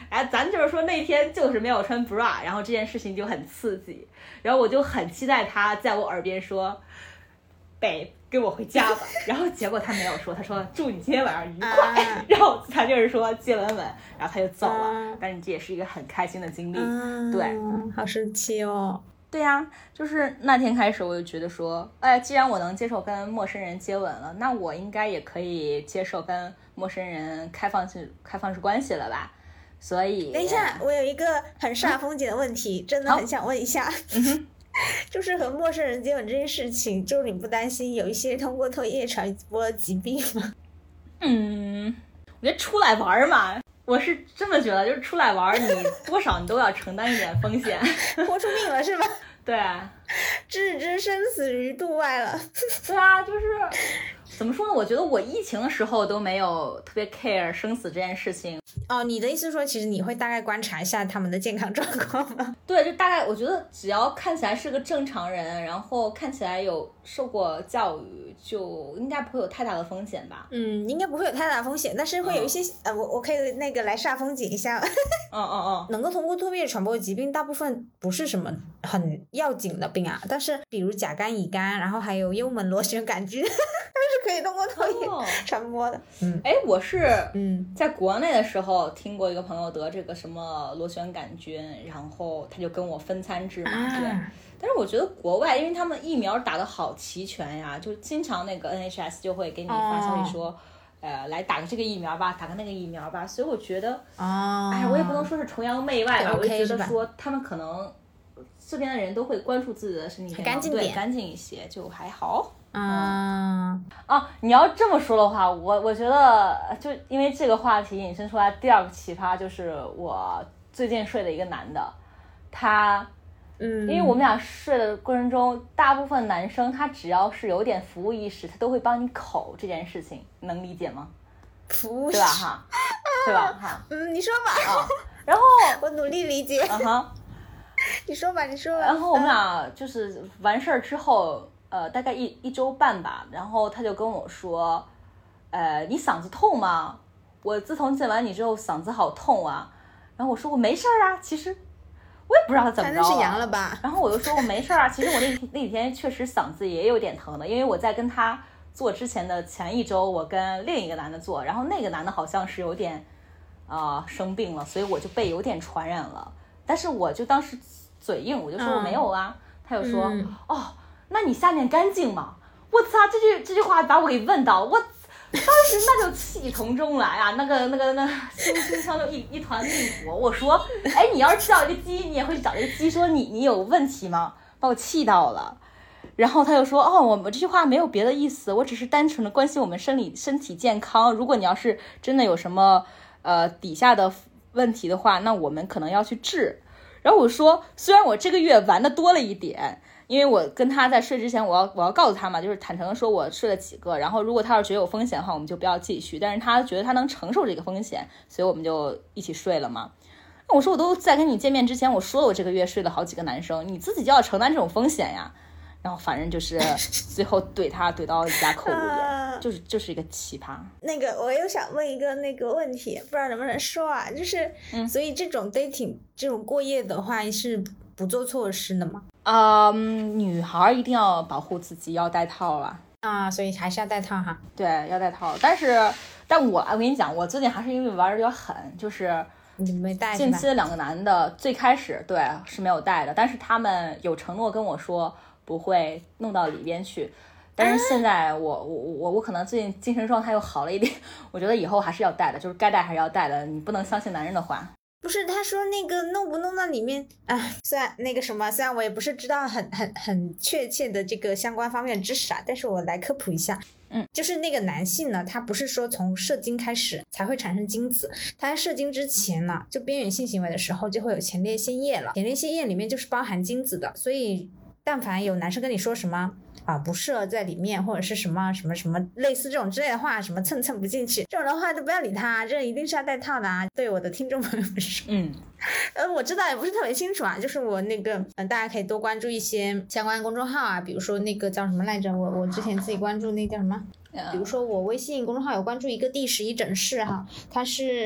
然后咱就是说那天就是没有穿 bra， 然后这件事情就很刺激，然后我就很期待他在我耳边说 babe 跟我回家吧，然后结果他没有说，他说祝你今天晚上愉快、啊、然后他就是说接吻吻，然后他就走了、啊、但是这也是一个很开心的经历、啊、对， 好神奇哦。 对呀、啊，就是那天开始我就觉得说，哎，既然我能接受跟陌生人接吻了，那我应该也可以接受跟陌生人开放式开放式关系了吧。所以等一下，我有一个很煞风景的问题、嗯、真的很想问一下、嗯、哼就是和陌生人接吻这件事情，就是你不担心有一些通过唾液传播疾病吗？ 嗯，我觉得出来玩嘛，我是这么觉得，就是出来玩你多少你都要承担一点风险豁出命了是吧？ 对啊， 置之生死于度外了。 对啊，就是怎么说呢，我觉得我疫情的时候都没有特别 care 生死这件事情。 哦，你的意思是说其实你会大概观察一下他们的健康状况吗？ 对，就大概我觉得只要看起来是个正常人，然后看起来有受过教育，就应该不会有太大的风险吧。 嗯，应该不会有太大的风险，但是会有一些、嗯、呃，我我可以那个来煞风景一下。 嗯嗯嗯， 能够通过唾液传播的疾病大部分不是什么很要紧的病啊，但是比如甲肝乙肝，然后还有幽门螺旋杆菌它是可以通过唾液传播的。哦、 嗯，哎，我是嗯在国内的时候听过一个朋友得这个什么螺旋杆菌，然后他就跟我分餐制嘛、啊、对，但是我觉得国外因为他们疫苗打得好齐全呀，就经常那个 N H S 就会给你发消息说、哦呃，来打个这个疫苗吧，打个那个疫苗吧，所以我觉得， 哦， 哎，我也不能说是崇洋媚外吧， okay, 我就觉得说他们可能这边的人都会关注自己的身体健康，对，干净一些，就还好。 嗯， 啊，你要这么说的话，我我觉得就因为这个话题引申出来第二个奇葩，就是我最近睡的一个男的，他。嗯，因为我们俩睡的过程中，大部分男生他只要是有点服务意识，他都会帮你口这件事情，能理解吗？ 服务对吧？哈，对吧？哈， 嗯，你说吧。 啊，然后我努力理解。 嗯哼， 你说吧，你说吧。 然后我们俩就是完事儿之后，呃，大概一一周半吧，然后他就跟我说，呃，你嗓子痛吗？我自从见完你之后嗓子好痛啊。然后我说我没事儿啊，其实。我也不知道他怎么着了， 反正是阳了吧。 然后我就说我没事啊，其实我那那几天确实嗓子也有点疼的，因为我在跟他做之前的前一周，我跟另一个男的做，然后那个男的好像是有点啊、呃、生病了，所以我就被有点传染了。但是我就当时嘴硬，我就说我没有啊。嗯、他就说、嗯、哦，那你下面干净吗？我操，这句这句话把我给问到我。当时那就气从中来啊，那个那个那个心心上就一一团怒火。我说，哎，你要是叫一个鸡，你也会去找一个鸡说你你有问题吗？把我气到了。然后他就说，哦，我们这句话没有别的意思，我只是单纯的关心我们生理身体健康。如果你要是真的有什么呃底下的问题的话，那我们可能要去治。然后我说，虽然我这个月玩的多了一点。因为我跟他在睡之前，我要我要告诉他嘛，就是坦诚的说我睡了几个，然后如果他要是觉得有风险的话，我们就不要继续。但是他觉得他能承受这个风险，所以我们就一起睡了嘛。我说我都在跟你见面之前，我说了我这个月睡了好几个男生，你自己就要承担这种风险呀。然后反正就是最后怼他怼到哑口无言，就是就是一个奇葩。 那个我又想问一个那个问题，不知道能不能说啊？就是，嗯、所以这种 dating 这种过夜的话是不做措施的吗？ 嗯，女孩一定要保护自己，要戴套了啊，所以还是要戴套哈。 对，要戴套。但是，但我我跟你讲，我最近还是因为玩的有点狠，就是你没戴。 近期的两个男的，最开始对是没有戴的，但是他们有承诺跟我说不会弄到里边去。但是现在我、啊、我我我可能最近精神状态又好了一点，我觉得以后还是要戴的，就是该戴还是要戴的，你不能相信男人的话。 不是，他说那个弄不弄到里面啊？虽然那个什么，虽然我也不是知道很很很确切的这个相关方面知识啊，但是我来科普一下。 嗯， 就是那个男性呢，他不是说从射精开始才会产生精子，他在射精之前呢，就边缘性行为的时候就会有前列腺液了，前列腺液里面就是包含精子的，所以但凡有男生跟你说什么啊不射在里面，或者是什么什么什么类似这种之类的话，什么蹭蹭不进去这种的话，就不要理他，这一定是要戴套的啊。对我的听众朋友们说， 嗯， 呃，我知道也不是特别清楚啊，就是我那个，嗯、呃，大家可以多关注一些相关公众号啊，比如说那个叫什么来着，我我之前自己关注那叫什么，比如说我微信公众号有关注一个第十一诊室哈，它是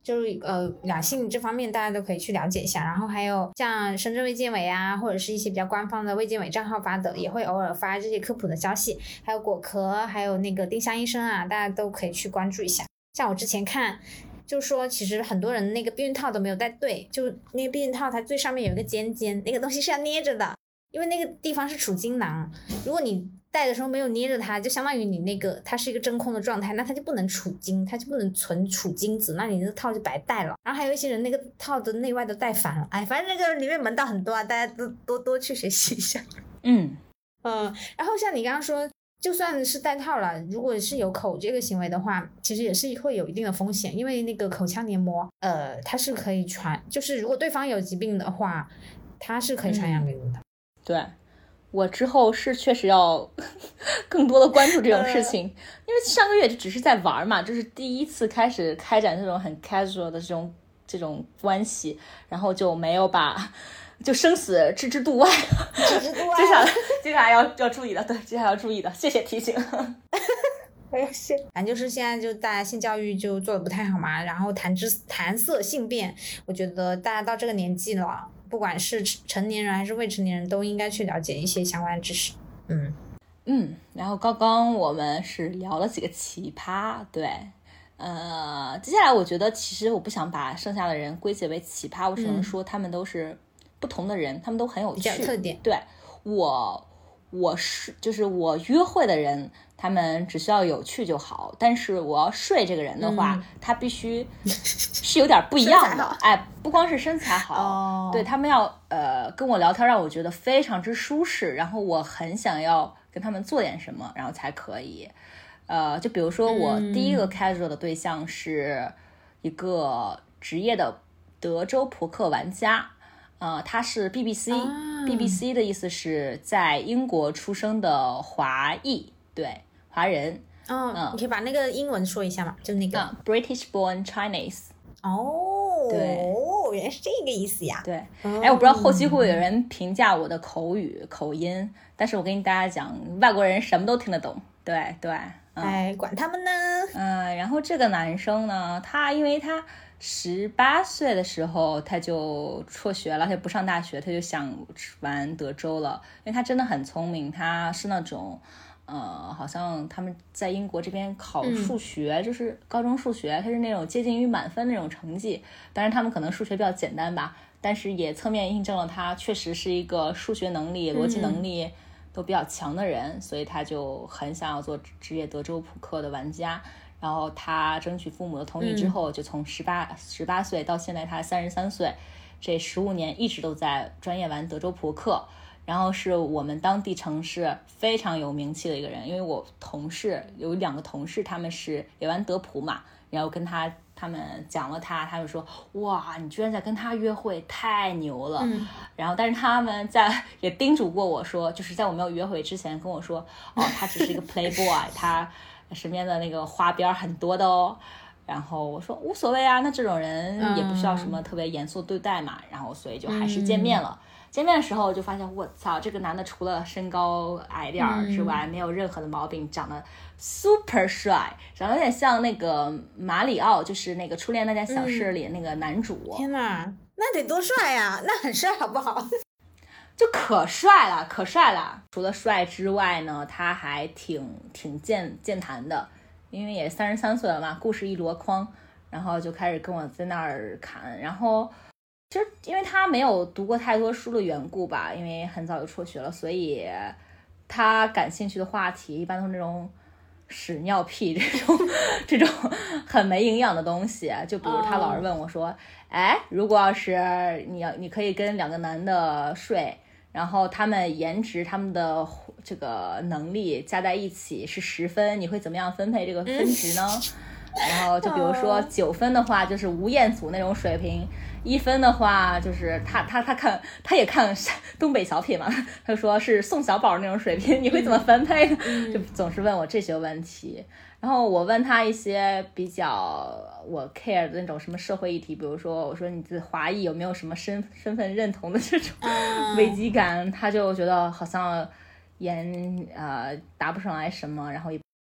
就是呃两性这方面大家都可以去了解一下。然后还有像深圳卫健委啊，或者是一些比较官方的卫健委账号发的，也会偶尔发这些科普的消息。还有果壳，还有那个丁香医生啊，大家都可以去关注一下。像我之前看就说其实很多人那个避孕套都没有戴对，就那个避孕套它最上面有一个尖尖，那个东西是要捏着的，因为那个地方是储精囊，如果你戴的时候没有捏着它，就相当于你那个它是一个真空的状态，那它就不能储精，它就不能存储精子，那你那个套就白戴了。然后还有一些人那个套的内外都戴反了，哎，反正那个里面门道很多啊，大家都多多去学习一下。 嗯嗯，然后像你刚刚说就算是戴套了，如果是有口这个行为的话，其实也是会有一定的风险，因为那个口腔黏膜呃它是可以传，就是如果对方有疾病的话它是可以传染给你的、嗯、 对，我之后是确实要更多的关注这种事情，因为上个月就只是在玩嘛，就是第一次开始开展这种很 casual 的这种这种关系，然后就没有把就生死置之度外， 置之度外接下来接下来要要注意的，对，接下来要注意的，谢谢提醒。 哎呀，谢，反正就是现在就大家性教育就做的不太好嘛，然后谈之谈色性变，我觉得大家到这个年纪了，不管是成年人还是未成年人，都应该去了解一些相关的知识。嗯嗯，然后刚刚我们是聊了几个奇葩，对，呃，接下来我觉得其实我不想把剩下的人归结为奇葩，我只能说他们都是不同的人，嗯、他们都很有趣， 比较有特点。 对，我我是就是我约会的人，他们只需要有趣就好，但是我要睡这个人的话，嗯、他必须是有点不一样的，哎，不光是身材好，哦、对他们要呃跟我聊天让我觉得非常之舒适，然后我很想要跟他们做点什么，然后才可以。呃，就比如说我第一个 casual 的对象是一个职业的德州扑克玩家，呃，他是 B B C、啊、B B C 的意思是在英国出生的华裔，对，华人。 哦、嗯，你可以把那个英文说一下嘛，就那个、 嗯、British born Chinese。 哦， 对， 原来是这个意思呀。 对，哎，我不知道后期会不会有人评价我的口语口音，但是我跟大家讲，外国人什么都听得懂。对对， 嗯、哎，管他们呢。 嗯，然后这个男生呢，他因为他十八岁的时候他就辍学了，他就不上大学，他就想玩德州了，因为他真的很聪明，他是那种。呃，好像他们在英国这边考数学、嗯、就是高中数学，它是那种接近于满分那种成绩，当然他们可能数学比较简单吧，但是也侧面印证了他确实是一个数学能力、逻辑能力都比较强的人、嗯、所以他就很想要做职业德州扑克的玩家。然后他争取父母的同意之后、嗯、就从十八十八岁到现在他三十三岁，这十五年一直都在专业玩德州扑克，然后是我们当地城市非常有名气的一个人，因为我同事有两个同事他们是也玩德扑嘛，然后跟他他们讲了他，他就说哇你居然在跟他约会，太牛了、嗯、然后但是他们在也叮嘱过我说，就是在我没有约会之前跟我说哦他只是一个 playboy 他身边的那个花边很多的哦，然后我说无所谓啊，那这种人也不需要什么特别严肃对待嘛、嗯、然后所以就还是见面了、嗯见面的时候就发现我操，这个男的除了身高矮点之外、嗯、没有任何的毛病，长得 super 帅，长得有点像那个马里奥，就是那个初恋那件小事里那个男主、 嗯、天哪，那得多帅呀，那很帅好不好？ 就可帅了可帅了。除了帅之外呢，他还挺挺健健谈的，因为也三十三岁了嘛，故事一箩筐，然后就开始跟我在那儿侃，然后其实因为他没有读过太多书的缘故吧，因为很早就辍学了，所以他感兴趣的话题一般都是那种屎尿屁这种这种很没营养的东西。就比如他老是问我说、oh. 哎，如果要是你要你可以跟两个男的睡，然后他们颜值他们的这个能力加在一起是十分，你会怎么样分配这个分值呢？然后就比如说九分的话就是吴彦祖那种水平，一分的话就是他他他看他也看东北小品嘛，他说是宋小宝那种水平，你会怎么分配呢？嗯、就总是问我这些问题。然后我问他一些比较我 care 的那种什么社会议题，比如说我说你这华裔有没有什么身身份认同的这种危机感，他就觉得好像言呃答不上来什么，然后也不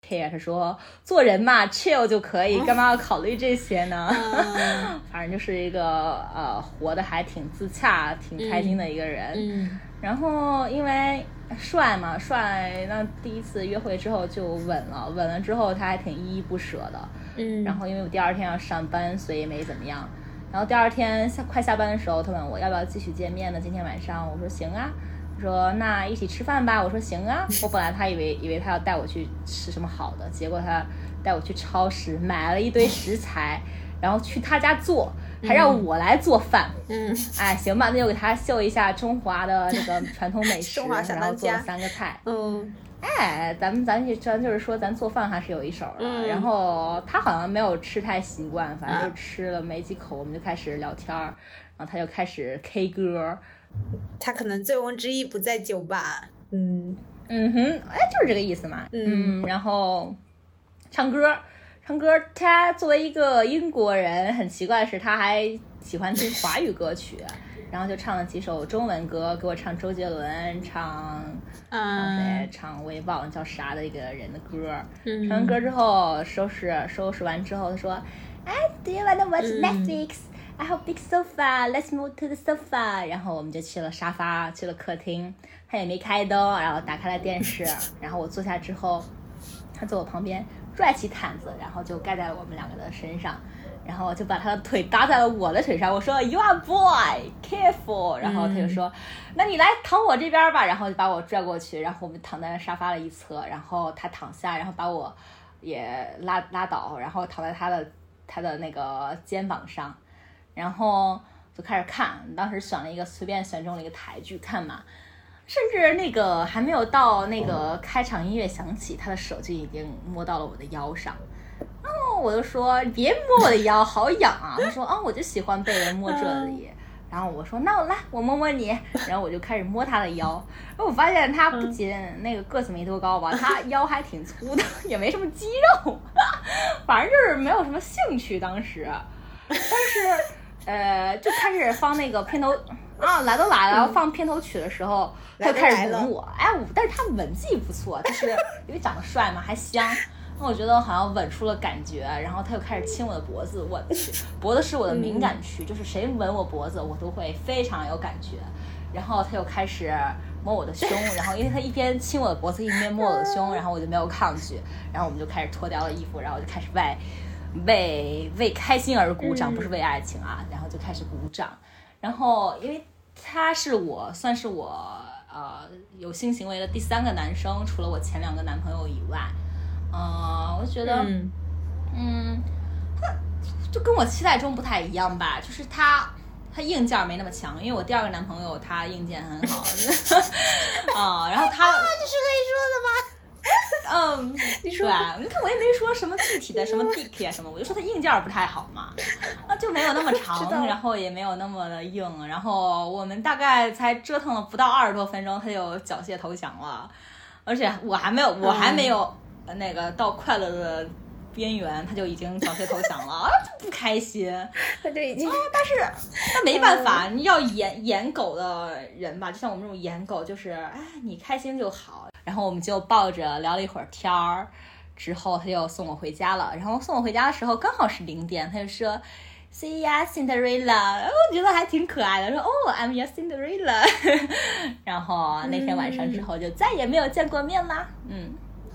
care， 他说做人嘛 chill 就可以，干嘛要考虑这些呢？嗯、反正就是一个呃活得还挺自洽挺开心的一个人。 嗯嗯、 然后因为帅嘛，帅，那第一次约会之后就吻了，吻了之后他还挺依依不舍的。 嗯， 然后因为我第二天要上班，所以没怎么样。然后第二天下快下班的时候，他问我要不要继续见面呢？今天晚上，我说行啊。我说那一起吃饭吧。我说行啊。我本来他以为以为他要带我去吃什么好的，结果他带我去超市买了一堆食材，然后去他家做，还让我来做饭。 嗯， 哎，行吧，那就给他秀一下中华的那个传统美食， 中华小当家， 然后做了三个菜。 嗯。 哎，咱们咱咱就是说，咱做饭还是有一手的。嗯、然后他好像没有吃太习惯，反正就吃了没几口，我们就开始聊天，然后他就开始 K 歌。 他可能醉翁之意不在酒吧。嗯嗯哼，哎，就是这个意思嘛。嗯, 嗯，然后唱歌，唱歌。他作为一个英国人，很奇怪的是，他还喜欢听华语歌曲。然后就唱了几首中文歌，给我唱周杰伦，唱唱谁？唱我也忘了叫啥的一个人的歌。嗯、唱完歌之后，收拾收拾完之后，他说：“哎 ，Do you wanna watch Netflix?、嗯、I have big sofa. Let's move to the sofa." 然后我们就去了沙发，去了客厅。他也没开灯，然后打开了电视。然后我坐下之后，他坐我旁边，拽起毯子，然后就盖在了我们两个的身上。然后就把他的腿搭在了我的腿上，我说 You are boy, careful。然后他就说，嗯、那你来躺我这边吧。然后就把我拽过去，然后我们躺在沙发的一侧，然后他躺下，然后把我也拉拉倒，然后躺在他的他的那个肩膀上，然后就开始看。当时选了一个随便选中了一个台剧看嘛，甚至那个还没有到那个开场音乐响起，他的手就已经摸到了我的腰上。哦，我就说别摸我的腰，好痒啊！他说啊、哦，我就喜欢被人摸这里。然后我说那我来，我摸摸你。然后我就开始摸他的腰。然后我发现他不仅那个个子没多高吧，他腰还挺粗的，也没什么肌肉，反正就是没有什么兴趣当时。但是呃，就开始放那个片头啊，来都来了，嗯、放片头曲的时候，他就开始吻我。哎，但是他吻技不错，就是因为长得帅嘛，还香。我觉得好像吻出了感觉，然后他又开始亲我的脖子，我去，脖子是我的敏感区，嗯、就是谁吻我脖子，我都会非常有感觉。然后他又开始摸我的胸，然后因为他一边亲我的脖子，一边摸我的胸，然后我就没有抗拒，然后我们就开始脱掉了衣服，然后就开始为为为开心而鼓掌，不是为爱情啊，然后就开始鼓掌。然后因为他是我算是我呃有性行为的第三个男生，除了我前两个男朋友以外。嗯、呃，我觉得，嗯，嗯他就跟我期待中不太一样吧，就是他他硬件没那么强，因为我第二个男朋友他硬件很好，啊、呃，然后他， 啊、你是可以说的吗？ 嗯，你说吧，你看我也没说什么具体的什么 dick 啊什么，我就说他硬件不太好嘛，啊就没有那么长，然后也没有那么的硬，然后我们大概才折腾了不到二十多分钟，他就缴械投降了，而且我还没有，我还没有。嗯那个到快乐的边缘，他就已经缴械投降了啊，就不开心， 他就已经、 啊、但是但没办法，你要演演狗的人吧，就像我们这种演狗，就是哎，你开心就好。然后我们就抱着聊了一会儿天儿，之后他就送我回家了。然后送我回家的时候刚好是零点，他就说 See ya Cinderella， 我觉得还挺可爱的，说哦 I'm your Cinderella 然后那天晚上之后就再也没有见过面啦。嗯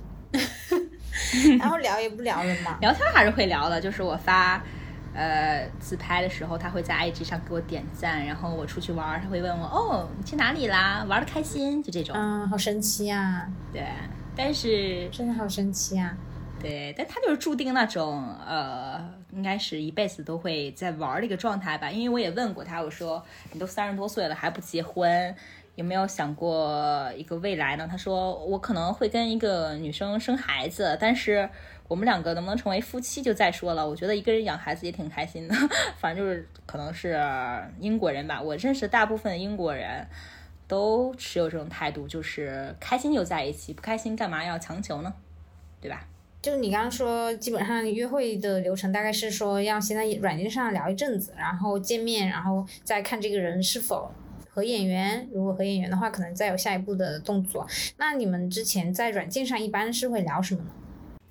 然后聊也不聊了嘛， 聊天还是会聊的，就是我发呃自拍的时候，他会在 I G 上给我点赞，然后我出去玩，他会问我哦你去哪里啦，玩得开心，就这种。 嗯，好神奇啊。 对，但是真的好神奇啊。 对，但他就是注定那种呃，应该是一辈子都会在玩的一个状态吧。因为我也问过他，我说你都三十多岁了还不结婚，有没有想过一个未来呢？他说我可能会跟一个女生生孩子，但是我们两个能不能成为夫妻就再说了。我觉得一个人养孩子也挺开心的，反正就是可能是英国人吧，我认识大部分的英国人都持有这种态度，就是开心就在一起，不开心干嘛要强求呢？对吧？ 就你刚刚说基本上约会的流程大概是说要先在软件上聊一阵子，然后见面，然后再看这个人是否合眼缘，如果合眼缘的话可能再有下一步的动作。那你们之前在软件上一般是会聊什么呢？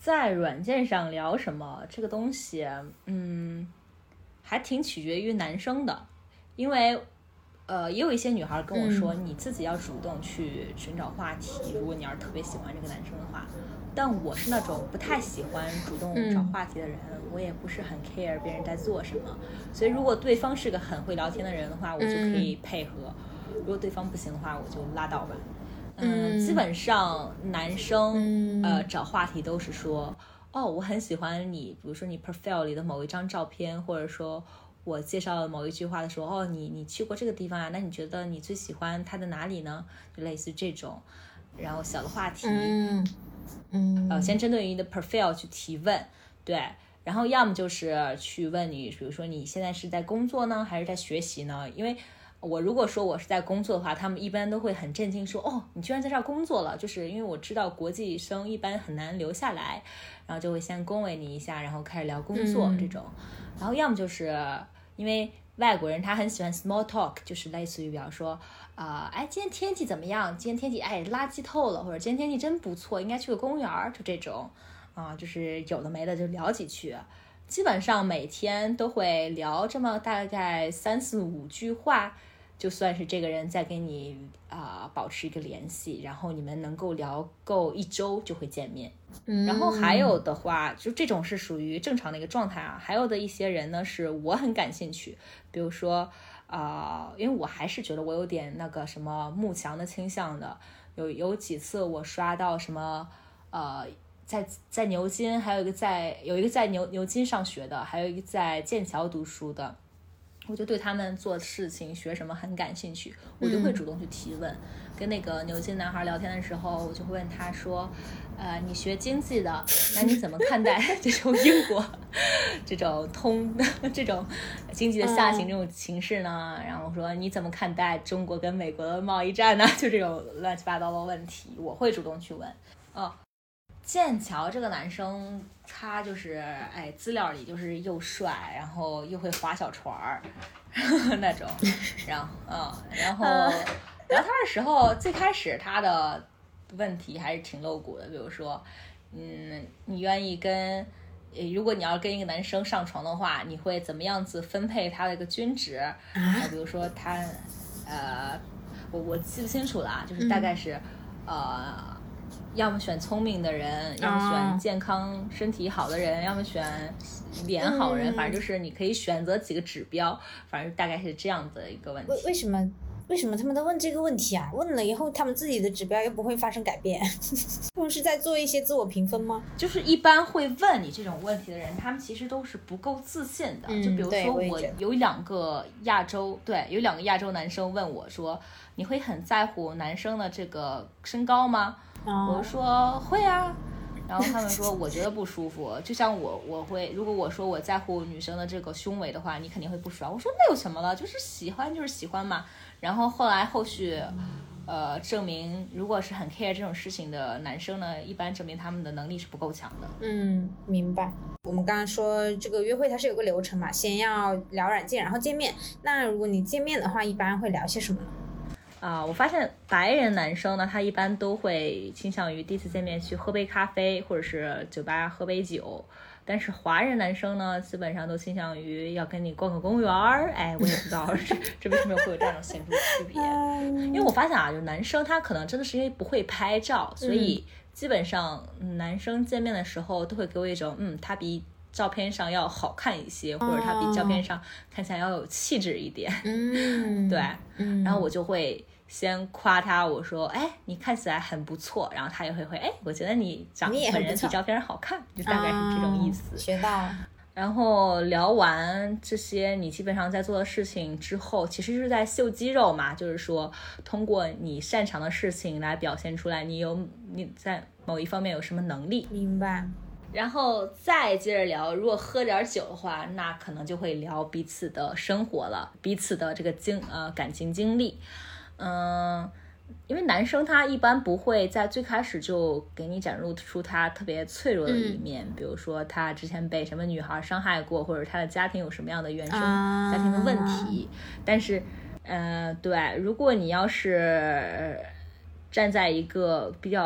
在软件上聊什么这个东西，嗯，还挺取决于男生的，因为呃，也有一些女孩跟我说，嗯、你自己要主动去寻找话题，如果你要是特别喜欢这个男生的话。但我是那种不太喜欢主动找话题的人，嗯、我也不是很 care 别人在做什么，所以如果对方是个很会聊天的人的话，我就可以配合；嗯、如果对方不行的话，我就拉倒吧。嗯，基本上男生、嗯、呃找话题都是说，哦，我很喜欢你，比如说你 profile 里的某一张照片，或者说我介绍了某一句话的时候，哦，你你去过这个地方啊，那你觉得你最喜欢它的哪里呢？就类似这种，然后小的话题， 嗯嗯， 呃，先针对于你的 profile 去提问，对，然后要么就是去问你，比如说你现在是在工作呢，还是在学习呢？因为我如果说我是在工作的话，他们一般都会很震惊说，哦，你居然在这儿工作了，就是因为我知道国际生一般很难留下来，然后就会先恭维你一下，然后开始聊工作、嗯、这种，然后要么就是因为外国人他很喜欢 small talk， 就是类似于比方说啊、呃，哎，今天天气怎么样？今天天气哎垃圾透了，或者今天天气真不错，应该去个公园，就这种啊、呃，就是有的没的就聊几句。基本上每天都会聊这么大概三四五句话，就算是这个人在跟你啊、呃、保持一个联系，然后你们能够聊够一周就会见面。 嗯、 然后还有的话，就这种是属于正常的一个状态啊。还有的一些人呢，是我很感兴趣，比如说啊、呃，因为我还是觉得我有点那个什么慕强的倾向的。有有几次我刷到什么呃。在在牛津，还有一个在有一个在牛牛津上学的，还有一个在剑桥读书的，我就对他们做事情学什么很感兴趣，我就会主动去提问。嗯、跟那个牛津男孩聊天的时候，我就会问他说，呃，你学经济的，那你怎么看待这种英国这种通这种经济的下行这种形势呢？然后说你怎么看待中国跟美国的贸易战呢？就这种乱七八糟的问题，我会主动去问。哦。剑桥这个男生，他就是哎，资料里就是又帅，然后又会划小船儿那种，然后嗯，然后聊天的时候，最开始他的问题还是挺露骨的，比如说，嗯，你愿意跟，如果你要跟一个男生上床的话，你会怎么样子分配他的一个均值？啊，比如说他，呃，我我记不清楚了啊，就是大概是，嗯、呃。要么选聪明的人，要么选健康身体好的人，要么选脸好人，反正就是你可以选择几个指标，反正大概是这样的一个问题。 为为什么为什么他们都问这个问题啊？问了以后他们自己的指标又不会发生改变，他们是在做一些自我评分吗？ 就是一般会问你这种问题的人，他们其实都是不够自信的。嗯、就比如说我有两个亚洲，对，有两个亚洲男生问我说，你会很在乎男生的这个身高吗？我就说会啊，然后他们说我觉得不舒服，就像我我会，如果我说我在乎女生的这个胸围的话，你肯定会不爽。我说那有什么了，就是喜欢就是喜欢嘛。然后后来后续，呃，证明如果是很 care 这种事情的男生呢，一般证明他们的能力是不够强的。 嗯，明白。我们刚刚说这个约会它是有个流程嘛，先要聊软件，然后见面。那如果你见面的话，一般会聊些什么呢？ 啊、呃，我发现白人男生呢，他一般都会倾向于第一次见面去喝杯咖啡，或者是酒吧喝杯酒。但是华人男生呢，基本上都倾向于要跟你逛个公园儿。哎，我也不知道这这为什么会有这样显著区别。因为我发现啊，就男生他可能真的是因为不会拍照，所以基本上男生见面的时候都会给我一种，嗯，他比照片上要好看一些，或者他比照片上看起来要有气质一点。 嗯， 对，然后我就会先夸他，我说哎你看起来很不错，然后他也会会哎我觉得你长本人比照片好看，就大概是这种意思。 哦、学到了。 然后聊完这些你基本上在做的事情之后，其实是在秀肌肉嘛，就是说通过你擅长的事情来表现出来你有你在某一方面有什么能力。 明白。 然后再接着聊，如果喝点酒的话，那可能就会聊彼此的生活了，彼此的这个经呃感情经历。嗯，因为男生他一般不会在最开始就给你展露出他特别脆弱的一面，嗯、比如说他之前被什么女孩伤害过，或者他的家庭有什么样的原生家庭的问题。啊、但是，呃，对，如果你要是站在一个比较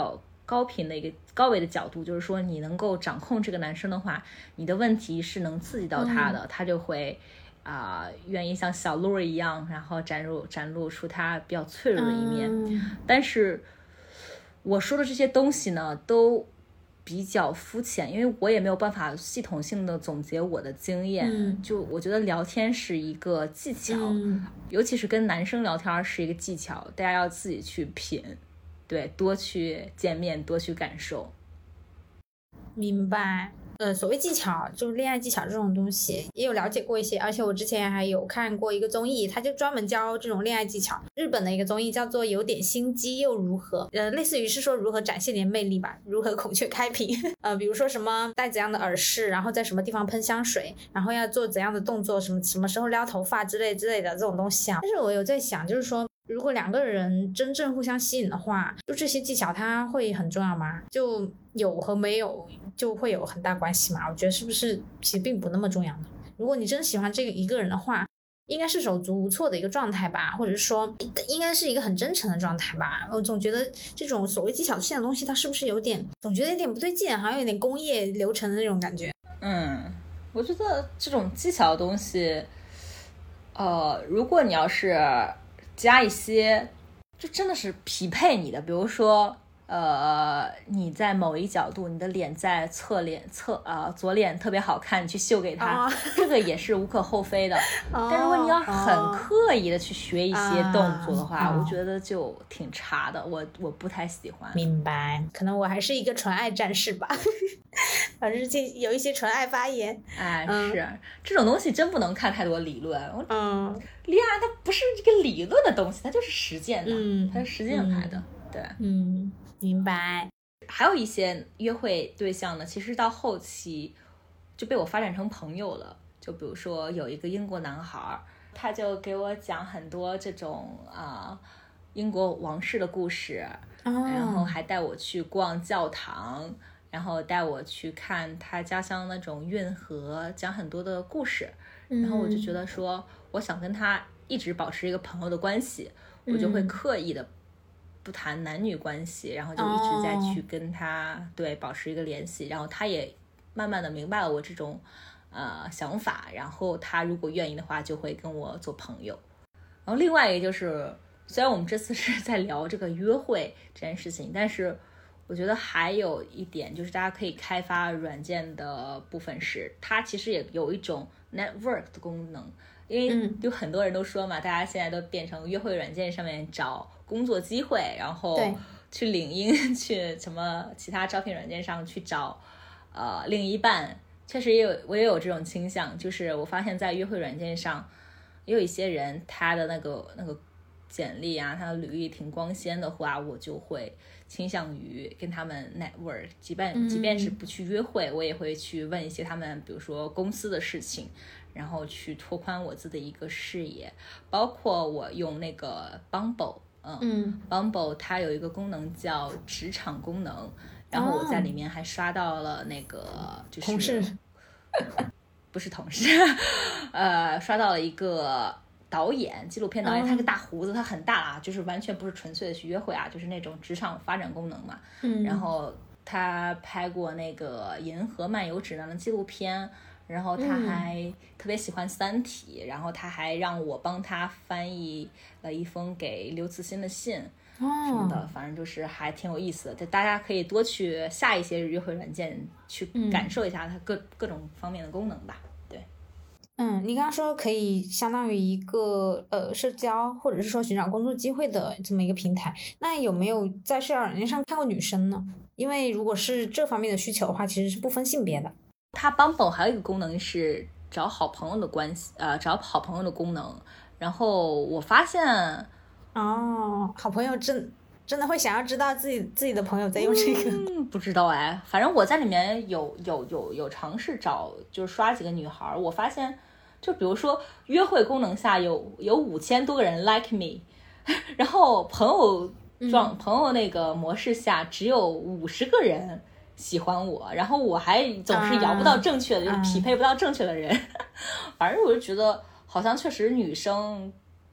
高频的一个高维的角度，就是说你能够掌控这个男生的话，你的问题是能刺激到他的，嗯、他就会啊、呃、愿意像小鹿一样，然后展露展露出他比较脆弱的一面。嗯、但是我说的这些东西呢，都比较肤浅，因为我也没有办法系统性的总结我的经验。嗯、就我觉得聊天是一个技巧，嗯、尤其是跟男生聊天是一个技巧，大家要自己去品，对，多去见面，多去感受。 明白。呃，所谓技巧，就是恋爱技巧这种东西，也有了解过一些，而且我之前还有看过一个综艺，它就专门教这种恋爱技巧。日本的一个综艺叫做《有点心机又如何》，呃，类似于是说如何展现你的魅力吧，如何孔雀开屏。呃，比如说什么戴怎样的耳饰，然后在什么地方喷香水，然后要做怎样的动作，什么什么时候撩头发之类之类的这种东西啊。但是我有在想，就是说，如果两个人真正互相吸引的话，就这些技巧它会很重要吗？就有和没有就会有很大关系嘛？我觉得是不是其实并不那么重要呢？如果你真喜欢这个一个人的话，应该是手足无措的一个状态吧，或者是说应该是一个很真诚的状态吧。我总觉得这种所谓技巧性的东西，它是不是有点总觉得有点不对劲，好像有点工业流程的那种感觉。 嗯，我觉得这种技巧的东西，呃，如果你要是加一些就真的是匹配你的，比如说呃，你在某一角度，你的脸在侧脸侧呃左脸特别好看，你去秀给他，哦、这个也是无可厚非的。哦、但如果你要很刻意的去学一些动作的话，哦、我觉得就挺差的，我我不太喜欢。 明白，可能我还是一个纯爱战士吧，反正这有一些纯爱发言。 哎，嗯、是这种东西真不能看太多理论。 嗯， 恋爱它不是一个理论的东西，它就是实践的，嗯、它是实践来的，嗯、对， 嗯。明白。 还有一些约会对象呢，其实到后期就被我发展成朋友了。就比如说有一个英国男孩，他就给我讲很多这种啊、呃、英国王室的故事，哦、然后还带我去逛教堂，然后带我去看他家乡那种运河，讲很多的故事。嗯、然后我就觉得说，我想跟他一直保持一个朋友的关系，嗯、我就会刻意的不谈男女关系，然后就一直在去跟他、oh. 对保持一个联系，然后他也慢慢的明白了我这种呃想法，然后他如果愿意的话就会跟我做朋友。然后另外一个就是，虽然我们这次是在聊这个约会这件事情，但是我觉得还有一点就是大家可以开发软件的部分是，它其实也有一种 network 的功能，因为有很多人都说嘛，大家现在都变成约会软件上面找工作机会，然后去领英，去什么其他招聘软件上去找呃另一半。确实也有我也有这种倾向，就是我发现在约会软件上也有一些人他的那个那个简历啊，他的履历挺光鲜的话，我就会倾向于跟他们 network， 即便即便是不去约会，我也会去问一些他们比如说公司的事情，然后去拓宽我自己的一个视野。包括我用那个 Bumble， 嗯, 嗯 Bumble 它有一个功能叫职场功能，然后我在里面还刷到了那个就是同事不是同事呃刷到了一个导演，纪录片导演，他个大胡子，他很大啦，就是完全不是纯粹的去约会啊，就是那种职场发展功能嘛。嗯，然后他拍过那个《银河漫游指南》的纪录片，然后他还特别喜欢《三体》，嗯，然后他还让我帮他翻译了一封给刘慈欣的信。什么的，反正就是还挺有意思的，大家可以多去下一些约会软件，去感受一下它各、嗯、各种方面的功能吧。对， 嗯，你刚刚说可以相当于一个呃社交或者是说寻找工作机会的这么一个平台，那有没有在社交软件上看过女生呢？因为如果是这方面的需求的话，其实是不分性别的。 它 Bumble 还有一个功能是找好朋友的关系，呃，找好朋友的功能，然后我发现。 哦，好朋友真真的会想要知道自己自己的朋友在用这个？ 嗯，不知道哎，反正我在里面有有有有尝试找，就是刷几个女孩，我发现，就比如说约会功能下有有五千多个人 like me， 然后朋友装、嗯、朋友那个模式下只有五十个人喜欢我，然后我还总是摇不到正确的，啊、就是匹配不到正确的人，嗯、反正我就觉得好像确实女生。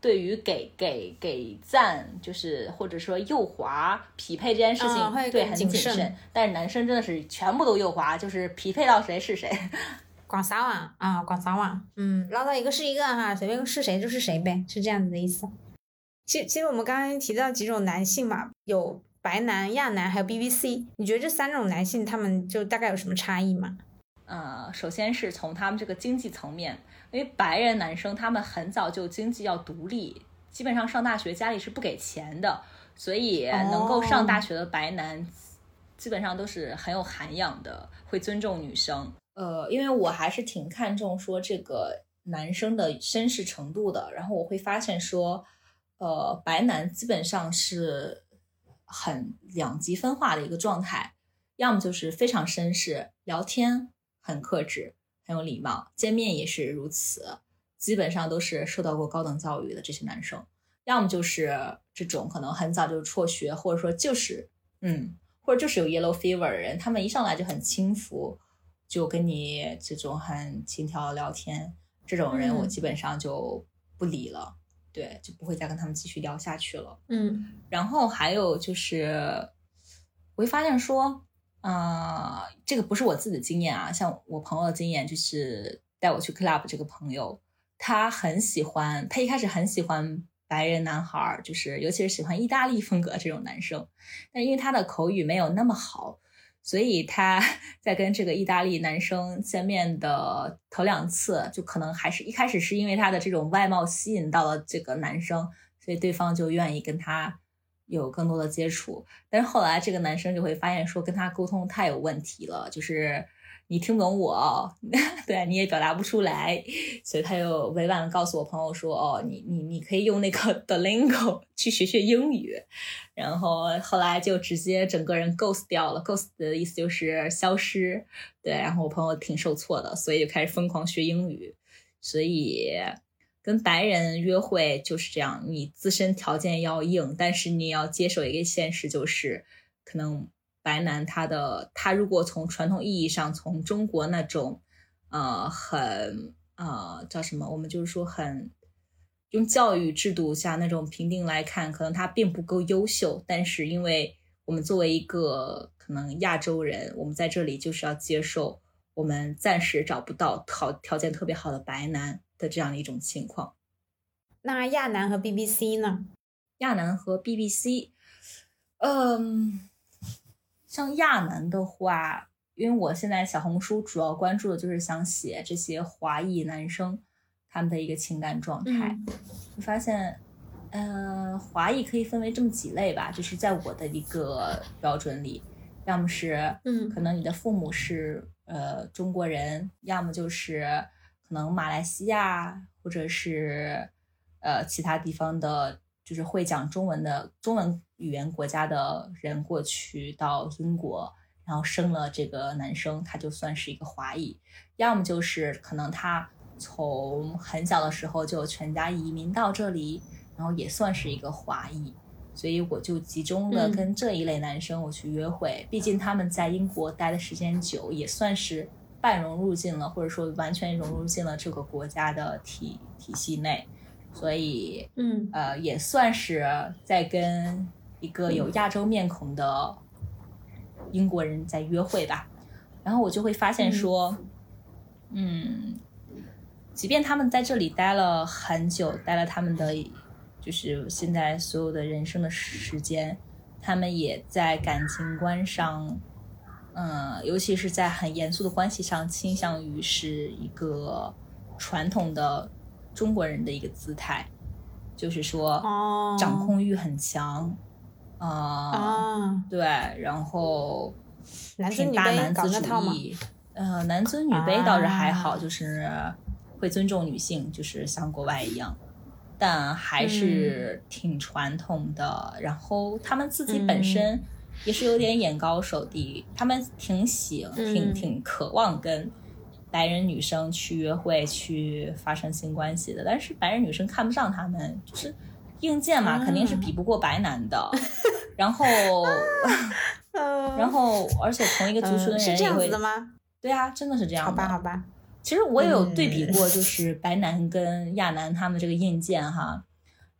对于给给给赞，就是或者说右滑匹配这件事情， 嗯、 对很谨慎。但是男生真的是全部都右滑，就是匹配到谁是谁。 广撒网啊，广撒网，嗯，捞到一个是一个哈，随便是谁就是谁呗，是这样子的意思。其实，其实我们刚刚提到几种男性嘛，有白男、亚男，还有 B B C。你觉得这三种男性他们就大概有什么差异吗？ 呃，首先是从他们这个经济层面，因为白人男生他们很早就经济要独立，基本上上大学家里是不给钱的，所以能够上大学的白男、哦、基本上都是很有涵养的，会尊重女生。呃，因为我还是挺看重说这个男生的绅士程度的，然后我会发现说，呃，白男基本上是很两极分化的一个状态，要么就是非常绅士，聊天很克制，很有礼貌，见面也是如此，基本上都是受到过高等教育的这些男生，要么就是这种可能很早就辍学，或者说就是嗯，或者就是有 yellow fever 的人，他们一上来就很轻浮，就跟你这种很轻佻聊天，这种人我基本上就不理了、嗯、对，就不会再跟他们继续聊下去了。 嗯， 然后还有就是我会发现说呃，这个不是我自己的经验啊，像我朋友的经验就是带我去 club 这个朋友，他很喜欢，他一开始很喜欢白人男孩，就是尤其是喜欢意大利风格这种男生，但因为他的口语没有那么好，所以他在跟这个意大利男生见面的头两次，就可能还是一开始是因为他的这种外貌吸引到了这个男生，所以对方就愿意跟他有更多的接触，但是后来这个男生就会发现说跟他沟通太有问题了，就是你听不懂我对，你也表达不出来，所以他就委婉的告诉我朋友说，哦，你你你可以用那个 Duolingo 去学学英语，然后后来就直接整个人 ghost 掉了， ghost 的意思就是消失，对，然后我朋友挺受挫的，所以就开始疯狂学英语。所以跟白人约会就是这样，你自身条件要硬，但是你要接受一个现实，就是可能白男他的他如果从传统意义上，从中国那种呃很呃叫什么，我们就是说很用教育制度下那种评定来看，可能他并不够优秀，但是因为我们作为一个可能亚洲人，我们在这里就是要接受我们暂时找不到条条件特别好的白男的这样的一种情况。 那亚男和 B B C 呢？ 亚男和 B B C 嗯，像亚男的话，因为我现在小红书主要关注的就是想写这些华裔男生他们的一个情感状态、嗯、我发现呃，华裔可以分为这么几类吧，就是在我的一个标准里，要么是嗯，可能你的父母是呃中国人，要么就是可能马来西亚或者是呃其他地方的就是会讲中文的中文语言国家的人过去到英国，然后生了这个男生，他就算是一个华裔，要么就是可能他从很小的时候就全家移民到这里，然后也算是一个华裔，所以我就集中的跟这一类男生我去约会、嗯、毕竟他们在英国待的时间久，也算是半融入进了，或者说完全融入进了这个国家的体体系内，所以嗯呃也算是在跟一个有亚洲面孔的英国人在约会吧。然后我就会发现说嗯即便他们在这里待了很久，待了他们的就是现在所有的人生的时间，他们也在感情观上嗯，尤其是在很严肃的关系上倾向于是一个传统的中国人的一个姿态，就是说掌控欲很强、哦、呃、对，然后挺大男子主义，呃，男尊女卑倒是还好、啊、就是会尊重女性，就是像国外一样，但还是挺传统的、嗯、然后他们自己本身也是有点眼高手低、嗯、他们挺喜挺挺渴望跟白人女生去约会去发生性关系的，但是白人女生看不上他们，就是硬件嘛、嗯、肯定是比不过白男的然后然后而且同一个族群的人也会、嗯、是这样子的吗？ 对啊，真的是这样的。 好吧好吧， 其实我也有对比过，就是白男跟亚男他们这个硬件哈，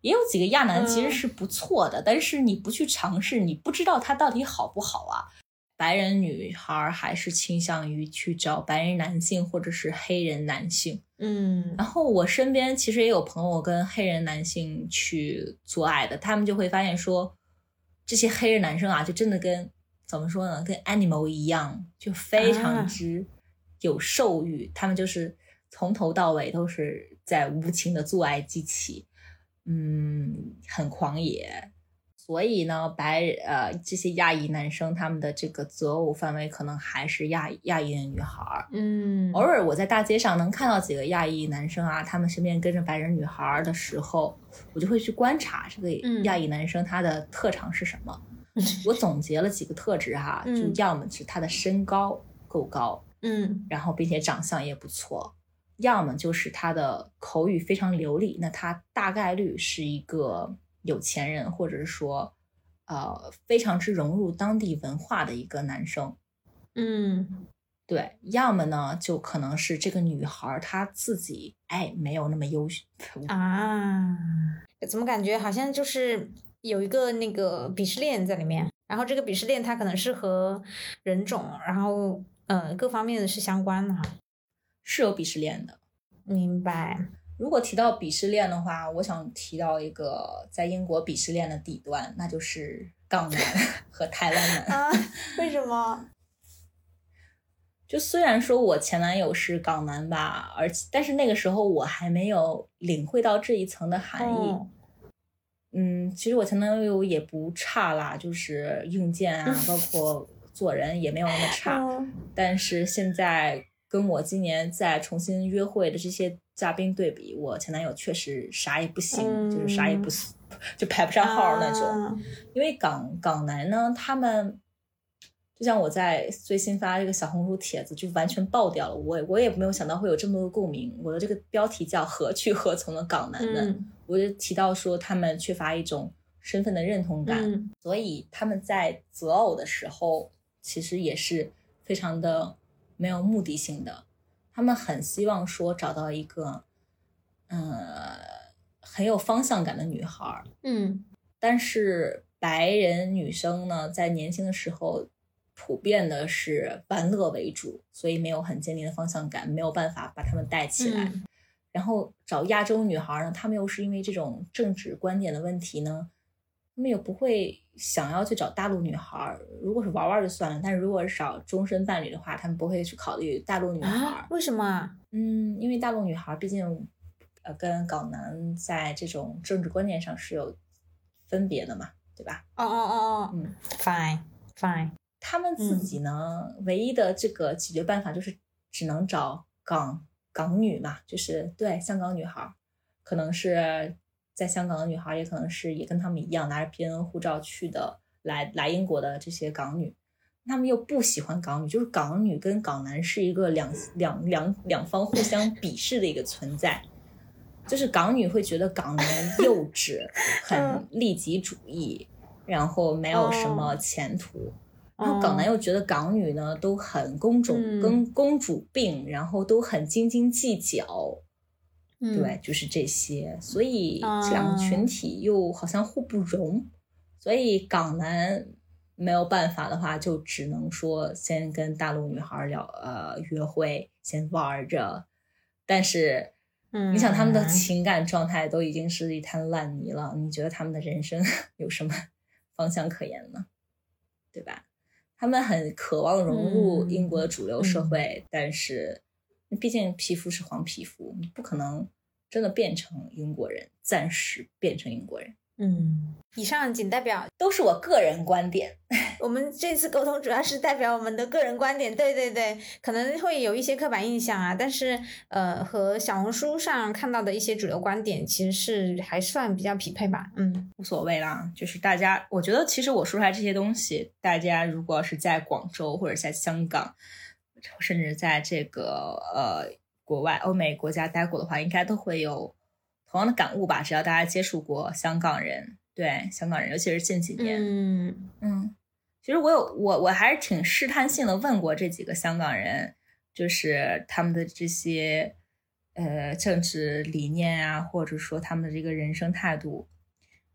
也有几个亚男其实是不错的、嗯、但是你不去尝试，你不知道它到底好不好啊。白人女孩还是倾向于去找白人男性或者是黑人男性。 嗯， 然后我身边其实也有朋友跟黑人男性去做爱的，他们就会发现说这些黑人男生啊就真的跟怎么说呢，跟 animal 一样，就非常之有兽欲、啊、他们就是从头到尾都是在无情的做爱机器，嗯，很狂野。所以呢白呃这些亚裔男生他们的这个择偶范围可能还是亚亚裔的女孩。 嗯， 偶尔我在大街上能看到几个亚裔男生啊，他们身边跟着白人女孩的时候，我就会去观察这个亚裔男生他的特长是什么、嗯、我总结了几个特质哈、嗯、就要么是他的身高够高， 嗯， 然后并且长相也不错，要么就是他的口语非常流利，那他大概率是一个有钱人，或者是说呃非常之融入当地文化的一个男生。 嗯， 对，要么呢就可能是这个女孩她自己哎没有那么优秀啊，怎么感觉好像就是有一个那个鄙视链在里面，然后这个鄙视链它可能是和人种然后呃各方面的是相关的哈。 是有鄙视链的。 明白。 如果提到鄙视链的话，我想提到一个在英国鄙视链的底端，那就是港男和台湾男啊，为什么？ 就虽然说我前男友是港男吧，而且但是那个时候我还没有领会到这一层的含义、哦、嗯，其实我前男友也不差啦，就是硬件啊包括做人也没有那么差、嗯、但是现在跟我今年再重新约会的这些嘉宾对比，我前男友确实啥也不行、嗯、就是啥也不就排不上号那种、啊、因为港港男呢，他们就像我在最新发这个小红书帖子就完全爆掉了，我我也没有想到会有这么多的共鸣。我的这个标题叫何去何从的港男们、嗯、我就提到说他们缺乏一种身份的认同感、嗯、所以他们在择偶的时候其实也是非常的没有目的性的，他们很希望说找到一个呃很有方向感的女孩。 嗯， 但是白人女生呢在年轻的时候普遍的是玩乐为主，所以没有很坚定的方向感，没有办法把他们带起来、嗯、然后找亚洲女孩呢，他们又是因为这种政治观点的问题呢，他们也不会想要去找大陆女孩，如果是玩玩就算了，但是如果是找终身伴侣的话，他们不会去考虑大陆女孩、 啊、为什么？ 嗯，因为大陆女孩毕竟呃跟港男在这种政治观念上是有分别的嘛，对吧？ 哦哦哦哦，嗯 ，fine fine。 他们自己呢、嗯、唯一的这个解决办法就是只能找港港女嘛，就是对香港女孩，可能是在香港的女孩，也可能是也跟他们一样拿着 P N 护照去的来来英国的这些港女，他们又不喜欢港女，就是港女跟港男是一个两两两两方互相鄙视的一个存在，就是港女会觉得港男幼稚很利己主义，然后没有什么前途，然后港男又觉得港女呢都很公主、嗯、跟公主病，然后都很斤斤计较、嗯、对，就是这些，所以这两个群体又好像互不容、嗯、所以港男没有办法的话就只能说先跟大陆女孩聊呃约会，先玩着，但是你想他们的情感状态都已经是一滩烂泥了，你觉得他们的人生有什么方向可言呢？对吧？他们很渴望融入英国的主流社会、嗯、但是毕竟皮肤是黄皮肤，你不可能真的变成英国人，暂时变成英国人。 嗯，以上仅代表都是我个人观点， 我们这次沟通主要是代表我们的个人观点，对对对，可能会有一些刻板印象啊，但是呃，和小红书上看到的一些主流观点其实是还算比较匹配吧。嗯， 无所谓啦，就是大家，我觉得其实我说出来这些东西，大家如果是在广州或者在香港，甚至在这个呃国外欧美国家待过的话，应该都会有同样的感悟吧，只要大家接触过香港人，对香港人，尤其是近几年， 嗯嗯，其实我有我我还是挺试探性的问过这几个香港人，就是他们的这些呃政治理念啊，或者说他们的这个人生态度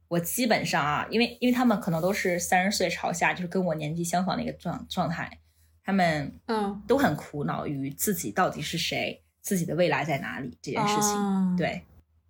我基本上啊，因为因为他们可能都是三十岁朝下，就是跟我年纪相仿的一个状状态，他们嗯都很苦恼于自己到底是谁，自己的未来在哪里这件事情。哦、对，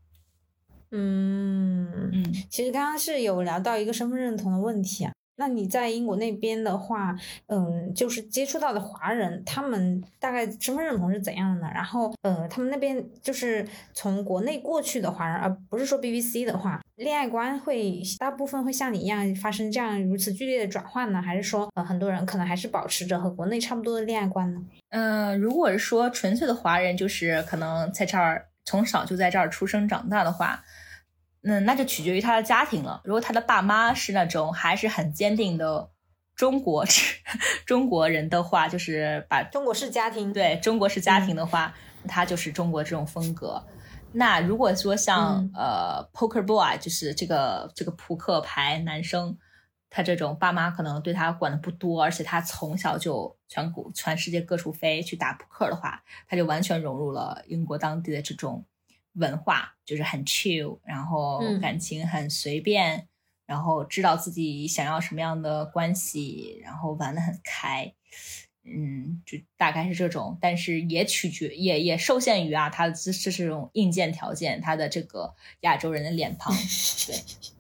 嗯嗯，其实刚刚是有聊到一个身份认同的问题啊。那你在英国那边的话，嗯，就是接触到的华人，他们大概身份认同是怎样的呢？然后，呃，他们那边就是从国内过去的华人，而不是说 B B C 的话，恋爱观会大部分会像你一样发生这样如此剧烈的转换呢？还是说，呃，很多人可能还是保持着和国内差不多的恋爱观呢？ 嗯、呃，如果是说纯粹的华人，就是可能在这儿从小就在这儿出生长大的话。嗯，那就取决于他的家庭了。如果他的爸妈是那种还是很坚定的中国中国人的话，就是把中国式家庭， 对，中国式家庭的话，嗯、他就是中国这种风格。那如果说像、嗯、呃 Poker Boy， 就是这个这个扑克牌男生，他这种爸妈可能对他管的不多，而且他从小就全国全世界各处飞去打扑克的话，他就完全融入了英国当地的这种文化，就是很 chill， 然后感情很随便、嗯、然后知道自己想要什么样的关系，然后玩得很开，嗯，就大概是这种。但是也取决也也受限于啊，他这这是种硬件条件，他的这个亚洲人的脸庞，对，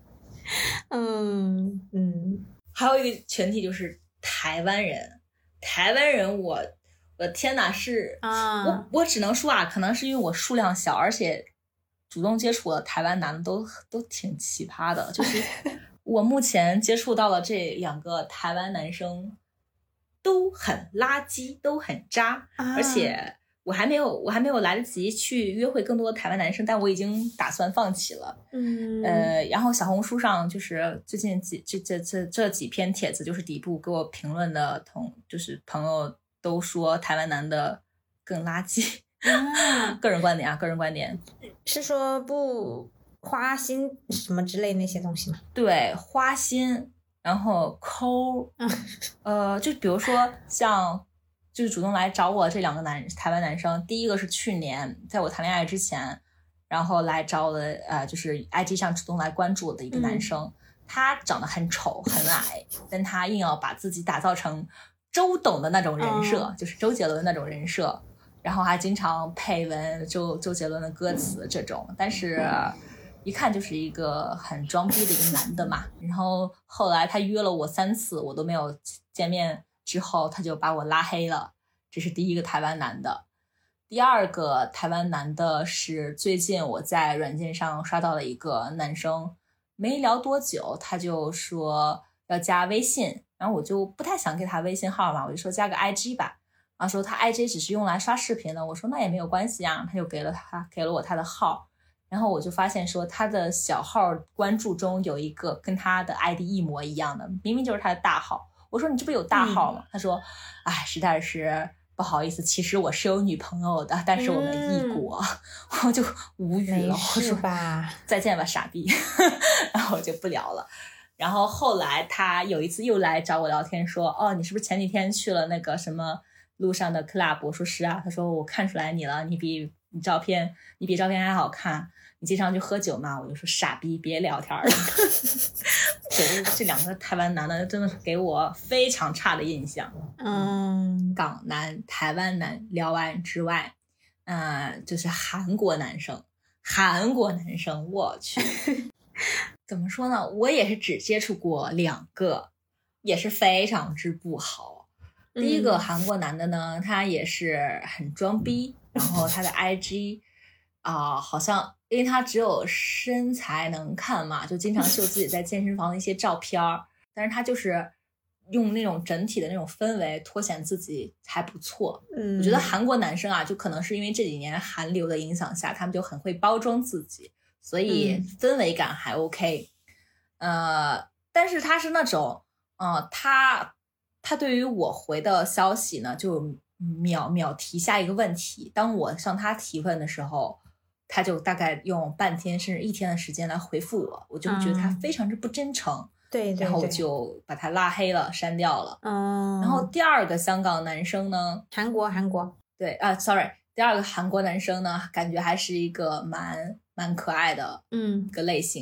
嗯嗯。 还有一个前提就是台湾人，台湾人我。我的天哪，是、啊、我我只能说啊，可能是因为我数量小，而且主动接触的台湾男的都都挺奇葩的。就是我目前接触到的这两个台湾男生都很垃圾，都很渣，啊、而且我还没有我还没有来得及去约会更多的台湾男生，但我已经打算放弃了。嗯，呃，然后小红书上就是最近几这这这这几篇帖子，就是底部给我评论的同就是朋友。都说台湾男的更垃圾、啊、个人观点啊个人观点是说不花心什么之类那些东西吗？ 对，花心，然后抠、嗯、呃就比如说像就是主动来找我这两个男台湾男生，第一个是去年在我谈恋爱之前然后来找我的呃就是 I G 上主动来关注我的一个男生、嗯、他长得很丑很矮，但他硬要把自己打造成周董的那种人设、oh. 就是周杰伦的那种人设，然后还经常配文周周杰伦的歌词这种，但是一看就是一个很装逼的一个男的嘛。然后后来他约了我三次我都没有见面，之后他就把我拉黑了，这是第一个台湾男的。第二个台湾男的是最近我在软件上刷到了一个男生，没聊多久他就说要加微信，然后我就不太想给他微信号嘛，我就说加个 I G 吧。然后说他 I G 只是用来刷视频的，我说那也没有关系啊，他就给了他给了我他的号。然后我就发现说他的小号关注中有一个跟他的 I D 一模一样的，明明就是他的大号。我说你这不有大号吗？嗯、他说哎，实在是不好意思，其实我是有女朋友的，但是我们异国、嗯、我就无语了，我说吧再见吧傻逼然后我就不聊了。然后后来他有一次又来找我聊天说，哦，你是不是前几天去了那个什么路上的 club？ 我说是啊。他说我看出来你了，你比你照片你比照片还好看，你经常去喝酒嘛？我就说傻逼别聊天了觉得这两个台湾男的真的是给我非常差的印象。嗯，港男台湾男聊完之外，嗯、呃，就是韩国男生韩国男生我去怎么说呢，我也是只接触过两个，也是非常之不好。第一个韩国男的呢，他也是很装逼，然后他的 I G 啊、呃，好像因为他只有身材能看嘛，就经常秀自己在健身房的一些照片，但是他就是用那种整体的那种氛围凸显自己还不错。嗯，我觉得韩国男生啊，就可能是因为这几年韩流的影响下，他们就很会包装自己，所以氛围感还 OK。嗯、呃，但是他是那种，嗯、呃，他他对于我回的消息呢，就秒秒提下一个问题。当我向他提问的时候，他就大概用半天甚至一天的时间来回复我，我就会觉得他非常之不真诚。嗯、对, 对, 对，然后就把他拉黑了，删掉了。嗯，然后第二个香港男生呢， 韩国韩国， 对啊 ，sorry， 第二个韩国男生呢，感觉还是一个蛮蛮可爱的，嗯，个类型。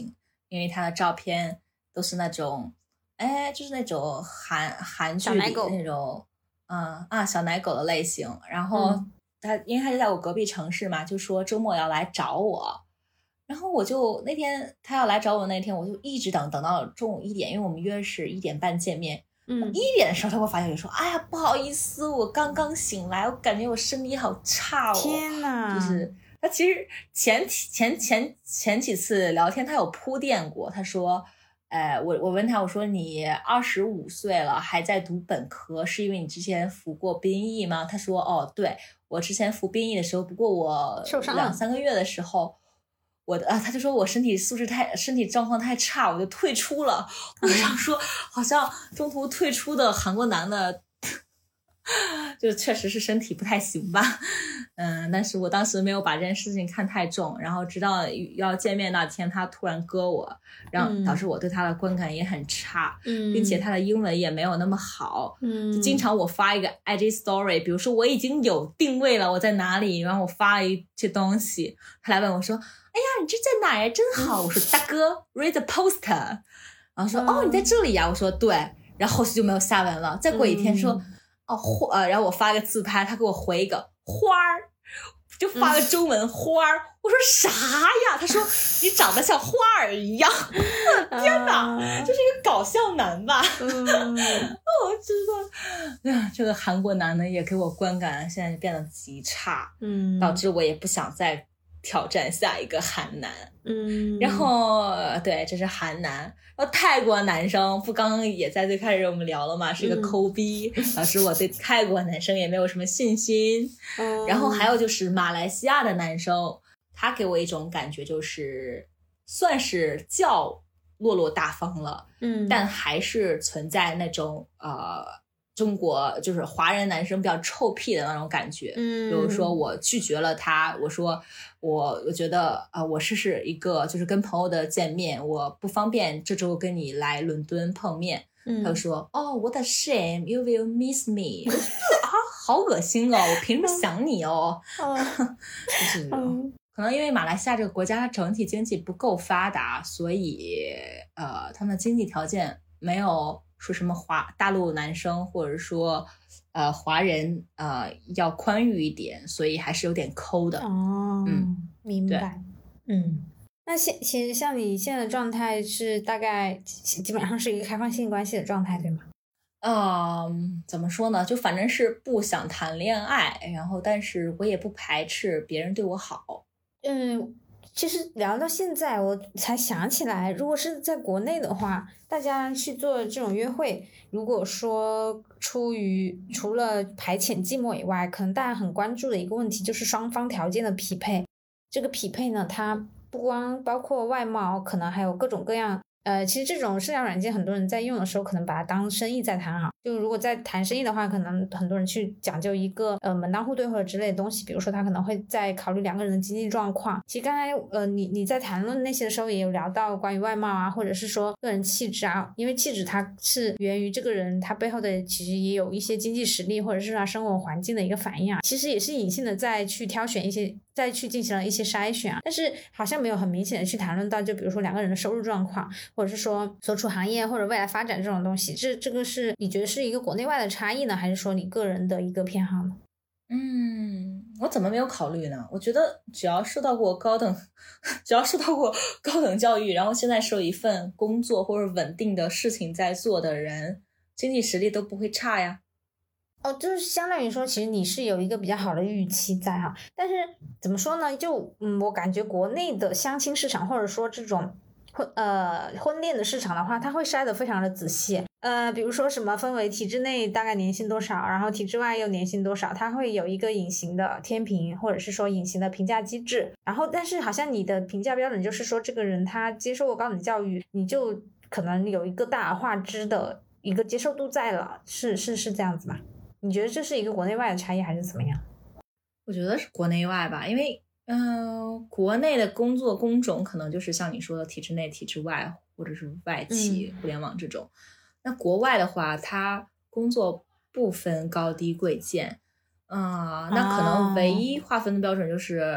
因为他的照片都是那种，哎，就是那种韩韩剧里那种，嗯啊小奶狗的类型。然后他、嗯、因为他就在我隔壁城市嘛，就说周末要来找我。然后我就那天他要来找我那天，我就一直等等到中午一点，因为我们约是一点半见面。嗯，一点的时候他会发现说，哎呀，不好意思，我刚刚醒来，我感觉我身体好差哦。 天哪！ 就是他其实前前前前几次聊天他有铺垫过，他说，呃，我我问他，我说你二十五岁了还在读本科，是因为你之前服过兵役吗？他说，哦，对，我之前服兵役的时候，不过我两三个月的时候。我的啊，他就说我身体素质太身体状况太差，我就退出了。我想说，好像中途退出的韩国男的，就确实是身体不太行吧。嗯，但是我当时没有把这件事情看太重，然后直到要见面那天，他突然割我，然后导致我对他的观感也很差，嗯，并且他的英文也没有那么好，嗯，就经常我发一个 I G story， 比如说我已经有定位了，我在哪里，然后我发了一些东西，他来问我说，哎呀，你这在哪呀？真好。我说大哥 read the poster， 然后说、嗯、哦你在这里呀？我说对，然后后续就没有下文了。再过一天说、嗯、哦呃，然后我发个自拍，他给我回一个花儿，就发个中文花儿、嗯、我说啥呀？他说你长得像花儿一样。我的天哪、嗯、这是一个搞笑男吧。嗯，我知道这个韩国男的也给我观感现在变得极差，嗯，导致我也不想再挑战下一个韩男。嗯，然后对，这是韩男。然后泰国男生不刚刚也在最开始我们聊了嘛，是一个抠逼，导致我对泰国男生也没有什么信心。嗯，然后还有就是马来西亚的男生，他给我一种感觉就是算是较落落大方了，嗯，但还是存在那种呃中国就是华人男生比较臭屁的那种感觉。嗯，比如说我拒绝了他，我说我我觉得啊、呃，我试试一个就是跟朋友的见面，我不方便这周跟你来伦敦碰面。嗯，他就说哦 what a shame you will miss me 啊，好恶心哦，我凭什么想你哦。就是可能因为马来西亚这个国家它整体经济不够发达，所以呃他们的经济条件没有说什么华大陆男生或者说呃华人呃要宽裕一点，所以还是有点抠的。 哦，嗯，明白。嗯，那现其实像你现在的状态是大概基本上是一个开放性关系的状态，对吗？ 嗯，怎么说呢？就反正是不想谈恋爱，然后但是我也不排斥别人对我好。 嗯，其实聊到现在我才想起来，如果是在国内的话，大家去做这种约会，如果说出于除了排遣寂寞以外，可能大家很关注的一个问题就是双方条件的匹配。这个匹配呢，它不光包括外貌，可能还有各种各样。呃，其实这种社交软件很多人在用的时候可能把它当生意在谈哈，就如果在谈生意的话，可能很多人去讲究一个呃门当户对或者之类的东西，比如说他可能会在考虑两个人的经济状况。其实刚才呃你你在谈论那些的时候也有聊到关于外貌啊，或者是说个人气质啊，因为气质它是源于这个人他背后的其实也有一些经济实力或者是他生活环境的一个反应啊，其实也是隐性的在去挑选一些再去进行了一些筛选啊，但是好像没有很明显的去谈论到就比如说两个人的收入状况，或者是说所处行业或者未来发展这种东西，这这个是你觉得是一个国内外的差异呢，还是说你个人的一个偏好呢？ 嗯，我怎么没有考虑呢？我觉得只要受到过高等只要受到过高等教育，然后现在是有一份工作或者稳定的事情在做的人，经济实力都不会差呀。 哦，就是相当于说其实你是有一个比较好的预期在哈，但是怎么说呢，就嗯，我感觉国内的相亲市场或者说这种婚呃婚恋的市场的话，它会筛得非常的仔细，呃，比如说什么分为体制内大概年薪多少，然后体制外又年薪多少，它会有一个隐形的天平，或者是说隐形的评价机制。然后但是好像你的评价标准就是说这个人他接受过高等教育，你就可能有一个大而化之的一个接受度在了，是是是这样子吗？你觉得这是一个国内外的差异还是怎么样？ 我觉得是国内外吧，因为嗯、呃，国内的工作工种可能就是像你说的体制内体制外或者是外企、嗯、互联网这种。那国外的话它工作不分高低贵贱，嗯、呃，那可能唯一划分的标准就是、啊、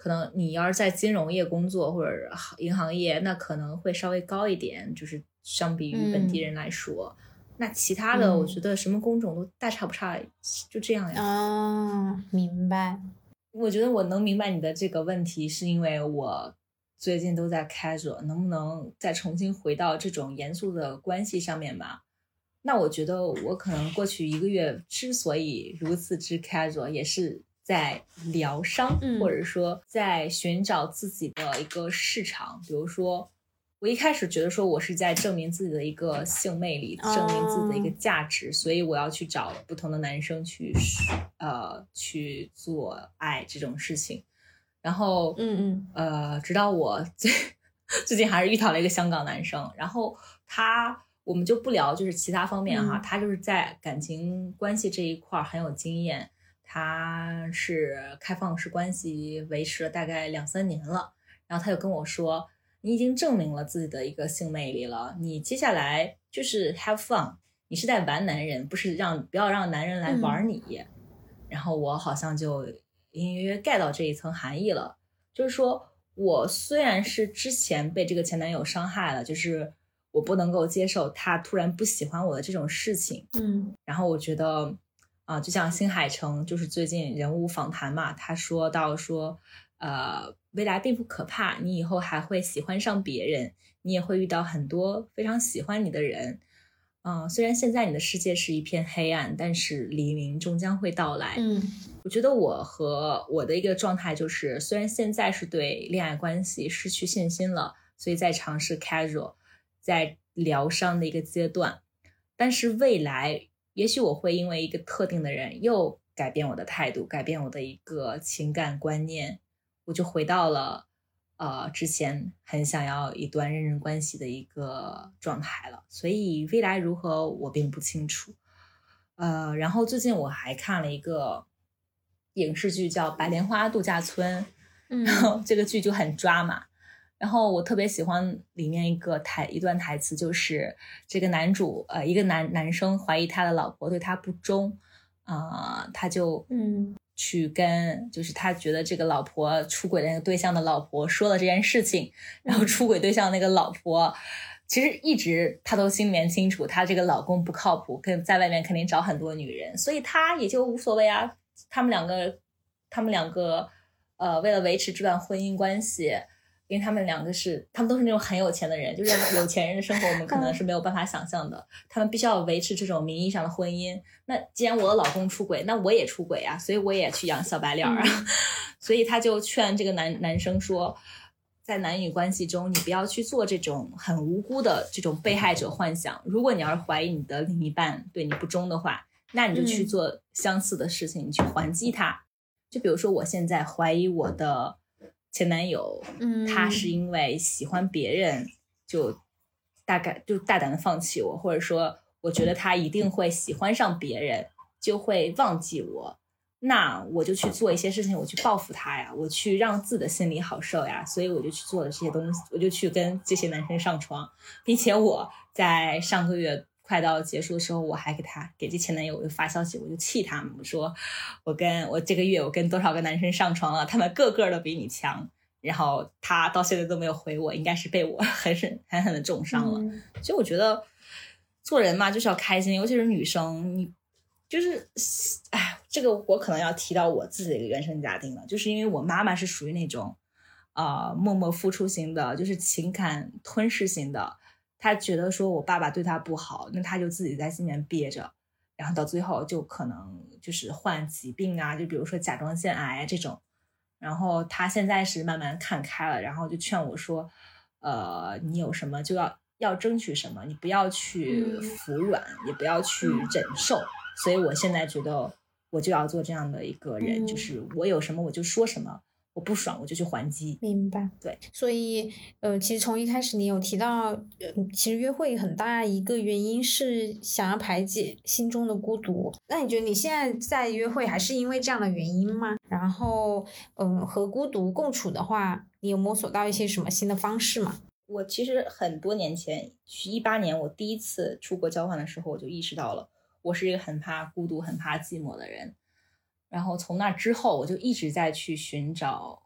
可能你要是在金融业工作或者银行业，那可能会稍微高一点，就是相比于本地人来说。嗯，那其他的我觉得什么工种都大差不差，嗯，就这样呀。 哦，明白。 我觉得我能明白你的这个问题，是因为我最近都在 casual， 能不能再重新回到这种严肃的关系上面吧？那我觉得我可能过去一个月之所以如此之 casual， 也是在疗伤， 嗯， 或者说在寻找自己的一个市场。比如说我一开始觉得说我是在证明自己的一个性魅力， 哦， 证明自己的一个价值，所以我要去找不同的男生去呃去做爱这种事情。然后嗯嗯呃直到我最最近还是遇到了一个香港男生，然后他我们就不聊就是其他方面哈， 嗯， 他就是在感情关系这一块很有经验，他是开放式关系维持了大概两三年了，然后他就跟我说，你已经证明了自己的一个性魅力了，你接下来就是 have fun， 你是在玩男人，不是让不要让男人来玩你。嗯，然后我好像就隐约约 get 到这一层含义了，就是说我虽然是之前被这个前男友伤害了，就是我不能够接受他突然不喜欢我的这种事情。 嗯， 然后我觉得啊、呃，就像新海诚就是最近人物访谈嘛，他说到说呃，未来并不可怕，你以后还会喜欢上别人，你也会遇到很多非常喜欢你的人。嗯、呃，虽然现在你的世界是一片黑暗，但是黎明终将会到来。 嗯， 我觉得我和我的一个状态就是，虽然现在是对恋爱关系失去信心了，所以在尝试 casual， 在疗伤的一个阶段，但是未来也许我会因为一个特定的人又改变我的态度，改变我的一个情感观念，我就回到了呃之前很想要一段认真关系的一个状态了。所以未来如何我并不清楚。呃，然后最近我还看了一个影视剧叫《白莲花度假村》， 嗯， 然后这个剧就很抓马，然后我特别喜欢里面一个台一段台词，就是这个男主呃一个男男生怀疑他的老婆对他不忠，啊、呃，他就嗯去跟就是他觉得这个老婆出轨的那个对象的老婆说了这件事情，然后出轨对象那个老婆。其实一直他都心里面清楚，他这个老公不靠谱，跟在外面肯定找很多女人，所以他也就无所谓啊。他们两个，他们两个，呃，为了维持这段婚姻关系，因为他们两个是，他们都是那种很有钱的人，就是有钱人的生活，我们可能是没有办法想象的。他们必须要维持这种名义上的婚姻。那既然我的老公出轨，那我也出轨啊，所以我也去养小白脸啊。嗯、所以他就劝这个男男生说。在男女关系中，你不要去做这种很无辜的这种被害者幻想。如果你要是怀疑你的另一半对你不忠的话，那你就去做相似的事情，你去还击他。就比如说，我现在怀疑我的前男友， 嗯， 他是因为喜欢别人，就大概就大胆的放弃我，或者说，我觉得他一定会喜欢上别人，就会忘记我。那我就去做一些事情，我去报复他呀，我去让自己的心里好受呀，所以我就去做了这些东西，我就去跟这些男生上床，并且我在上个月快到结束的时候，我还给他给这前男友我就发消息，我就气他们，我说我跟我这个月我跟多少个男生上床了，他们个个都比你强，然后他到现在都没有回我，应该是被我狠狠狠狠的重伤了。嗯、所以我觉得做人嘛就是要开心，尤其是女生，你就是哎。这个我可能要提到我自己的一个原生家庭了，就是因为我妈妈是属于那种呃默默付出型的，就是情感吞噬型的，她觉得说我爸爸对她不好，那她就自己在心里面憋着，然后到最后就可能就是患疾病啊，就比如说甲状腺癌啊这种，然后她现在是慢慢看开了，然后就劝我说呃你有什么就要要争取什么，你不要去服软、嗯、也不要去忍受，所以我现在觉得我就要做这样的一个人、嗯、就是我有什么我就说什么，我不爽我就去还击。 明白。 对， 所以呃，其实从一开始你有提到、呃、其实约会很大一个原因是想要排解心中的孤独，那你觉得你现在在约会还是因为这样的原因吗？然后嗯、呃，和孤独共处的话，你有摸索到一些什么新的方式吗？ 我其实很多年前一八年我第一次出国交换的时候，我就意识到了我是一个很怕孤独很怕寂寞的人，然后从那之后我就一直在去寻找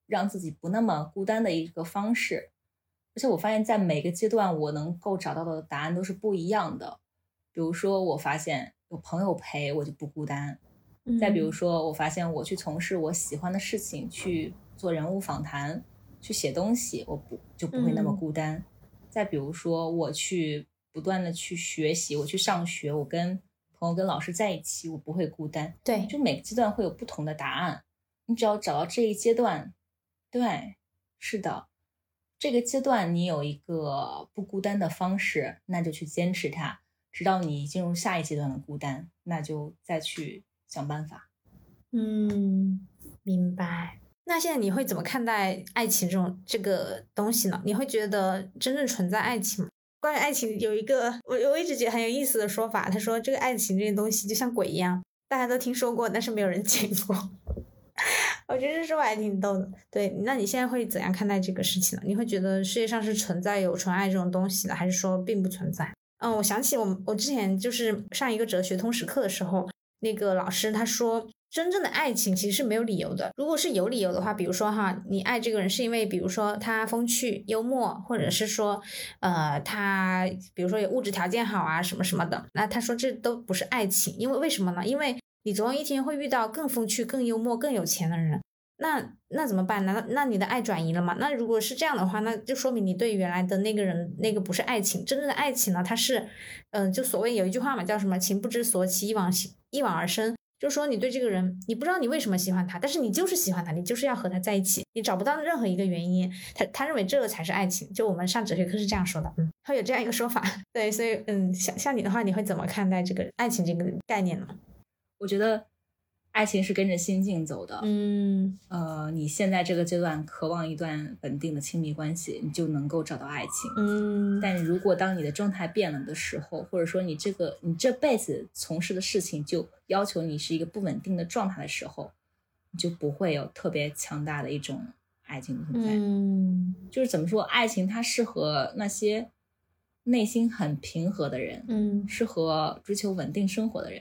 让自己不那么孤单的一个方式。而且我发现在每个阶段我能够找到的答案都是不一样的。比如说我发现有朋友陪我就不孤单， 嗯、 再比如说我发现我去从事我喜欢的事情，去做人物访谈，去写东西，我不就不会那么孤单、嗯、再比如说我去不断的去学习，我去上学，我跟朋友跟老师在一起，我不会孤单。 对， 就每个阶段会有不同的答案，你只要找到这一阶段，对，是的，这个阶段你有一个不孤单的方式，那就去坚持它，直到你进入下一阶段的孤单，那就再去想办法。 嗯，明白。那现在你会怎么看待爱情这种这个东西呢？你会觉得真正存在爱情吗？关于爱情有一个我我一直觉得很有意思的说法，他说这个爱情这些东西就像鬼一样，大家都听说过，但是没有人见过。我觉得这说法还挺逗的。对，那你现在会怎样看待这个事情呢？你会觉得世界上是存在有纯爱这种东西的，还是说并不存在？嗯，我想起我我之前就是上一个哲学通识课的时候，那个老师他说真正的爱情其实是没有理由的。如果是有理由的话，比如说哈，你爱这个人是因为比如说他风趣幽默，或者是说呃他比如说有物质条件好啊什么什么的，那他说这都不是爱情。因为为什么呢？因为你总有一天会遇到更风趣更幽默更有钱的人，那那怎么办？那那你的爱转移了吗？那如果是这样的话，那就说明你对原来的那个人那个不是爱情。真正的爱情呢，它是嗯、呃，就所谓有一句话嘛，叫什么情不知所起，一往一往而深。就是说你对这个人你不知道你为什么喜欢他，但是你就是喜欢他，你就是要和他在一起，你找不到任何一个原因，他他认为这个才是爱情。就我们上哲学课是这样说的，嗯，会有这样一个说法。对，所以嗯，像像你的话，你会怎么看待这个爱情这个概念呢？ 我觉得爱情是跟着心境走的。 嗯， 呃，你现在这个阶段渴望一段稳定的亲密关系，你就能够找到爱情。 嗯， 但如果当你的状态变了的时候，或者说你这个你这辈子从事的事情就要求你是一个不稳定的状态的时候，你就不会有特别强大的一种爱情存在。 嗯， 就是怎么说，爱情它适合那些内心很平和的人， 嗯， 适合追求稳定生活的人。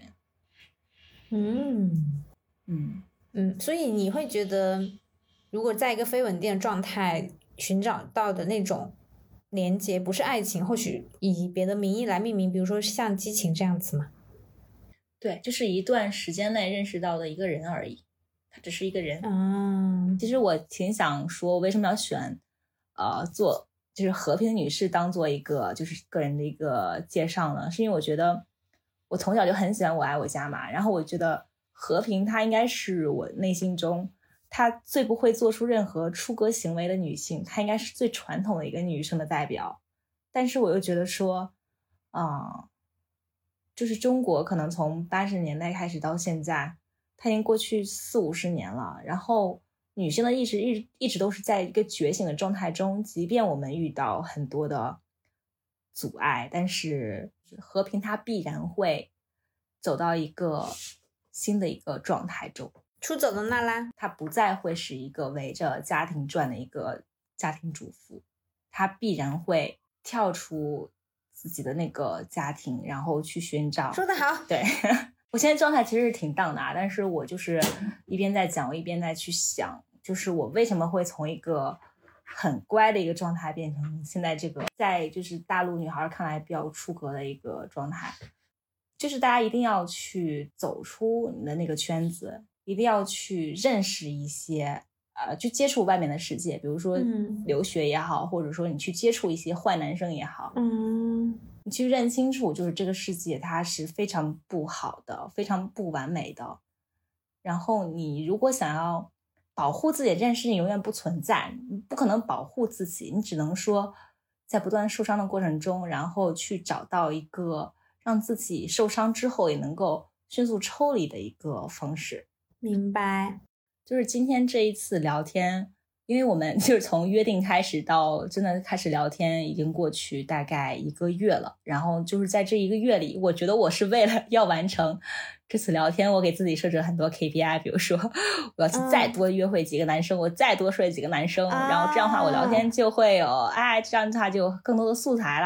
嗯嗯嗯，所以你会觉得如果在一个非稳定的状态寻找到的那种连接不是爱情，或许以别的名义来命名，比如说像激情这样子吗？ 对，就是一段时间内认识到的一个人而已，他只是一个人。 嗯， 其实我挺想说为什么要选呃做就是和平女士当做一个就是个人的一个介绍呢，是因为我觉得我从小就很喜欢我爱我家嘛，然后我觉得和平她应该是我内心中她最不会做出任何出格行为的女性，她应该是最传统的一个女生的代表。但是我又觉得说啊、呃，就是中国可能从八十年代开始到现在，它已经过去四五十年了，然后女性的意识一直一直都是在一个觉醒的状态中，即便我们遇到很多的阻碍，但是和平它必然会走到一个新的一个状态中， 出走的那拉， 它不再会是一个围着家庭转的一个家庭主妇，它必然会跳出自己的那个家庭，然后去寻找。 说得好。 对，我现在状态其实是挺荡的，但是我就是一边在讲，我一边在去想，就是我为什么会从一个很乖的一个状态变成现在这个在就是大陆女孩看来比较出格的一个状态。就是大家一定要去走出你的那个圈子，一定要去认识一些呃，去接触外面的世界，比如说留学也好、嗯、或者说你去接触一些坏男生也好， 嗯， 你去认清楚就是这个世界它是非常不好的，非常不完美的。然后你如果想要保护自己的这件事情永远不存在，你不可能保护自己，你只能说在不断受伤的过程中，然后去找到一个让自己受伤之后也能够迅速抽离的一个方式。 明白。 就是今天这一次聊天，因为我们就是从约定开始到真的开始聊天已经过去大概一个月了，然后就是在这一个月里，我觉得我是为了要完成这次聊天，我给自己设置了很多 K P I， 比如说我要去再多约会几个男生、嗯、我再多睡几个男生、嗯、然后这样的话我聊天就会有哎，这样的话就有更多的素材了。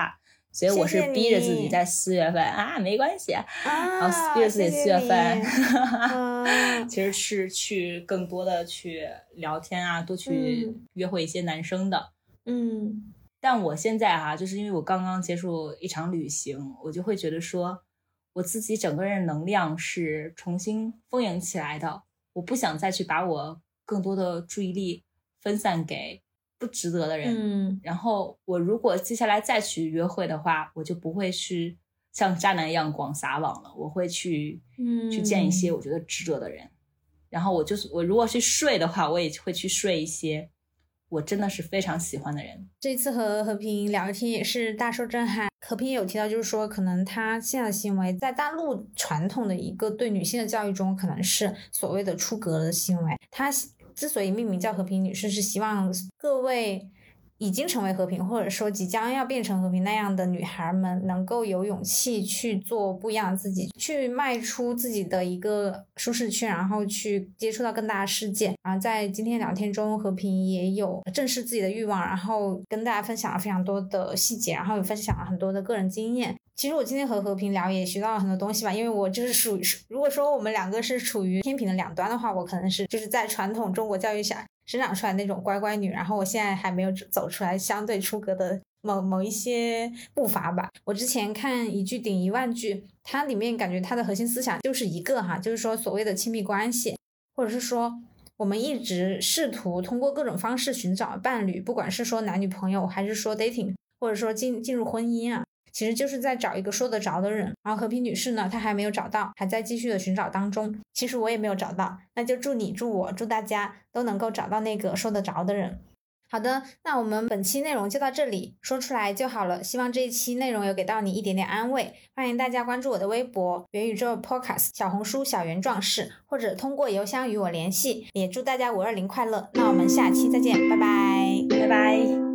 所以我是逼着自己在四月份啊，没关系啊，然后逼着自己四月份，嗯、其实是去更多的去聊天啊，多去约会一些男生的。 嗯， 但我现在哈、啊，就是因为我刚刚结束一场旅行，我就会觉得说，我自己整个人能量是重新丰盈起来的，我不想再去把我更多的注意力分散给不值得的人。 嗯， 然后我如果接下来再去约会的话，我就不会去像渣男一样广撒网了，我会去、嗯、去见一些我觉得值得的人。然后我就是我如果去睡的话，我也会去睡一些我真的是非常喜欢的人。 这次和和平聊天也是大受震撼。和平有提到就是说，可能他现在的行为在大陆传统的一个对女性的教育中，可能是所谓的出格的行为。他之所以命名叫和平女士，是希望各位已经成为和平或者说即将要变成和平那样的女孩们能够有勇气去做不一样的自己，去迈出自己的一个舒适圈，然后去接触到更大的世界。然后在今天聊天中，和平也有正视自己的欲望，然后跟大家分享了非常多的细节，然后也分享了很多的个人经验。其实我今天和和平聊也学到了很多东西吧，因为我就是属于，如果说我们两个是处于天平的两端的话，我可能是就是在传统中国教育下生长出来那种乖乖女，然后我现在还没有走出来相对出格的某某一些步伐吧。我之前看一句顶一万句，它里面感觉它的核心思想就是一个哈，就是说所谓的亲密关系，或者是说我们一直试图通过各种方式寻找伴侣，不管是说男女朋友还是说 dating， 或者说进进入婚姻啊，其实就是在找一个说得着的人。然后和平女士呢，她还没有找到，还在继续的寻找当中。其实我也没有找到，那就祝你祝我祝大家都能够找到那个说得着的人。好的，那我们本期内容就到这里，说出来就好了。希望这一期内容有给到你一点点安慰。欢迎大家关注我的微博元宇宙 Podcast， 小红书小圆壮士，或者通过邮箱与我联系。也祝大家五二零快乐，那我们下期再见，拜拜， 拜拜。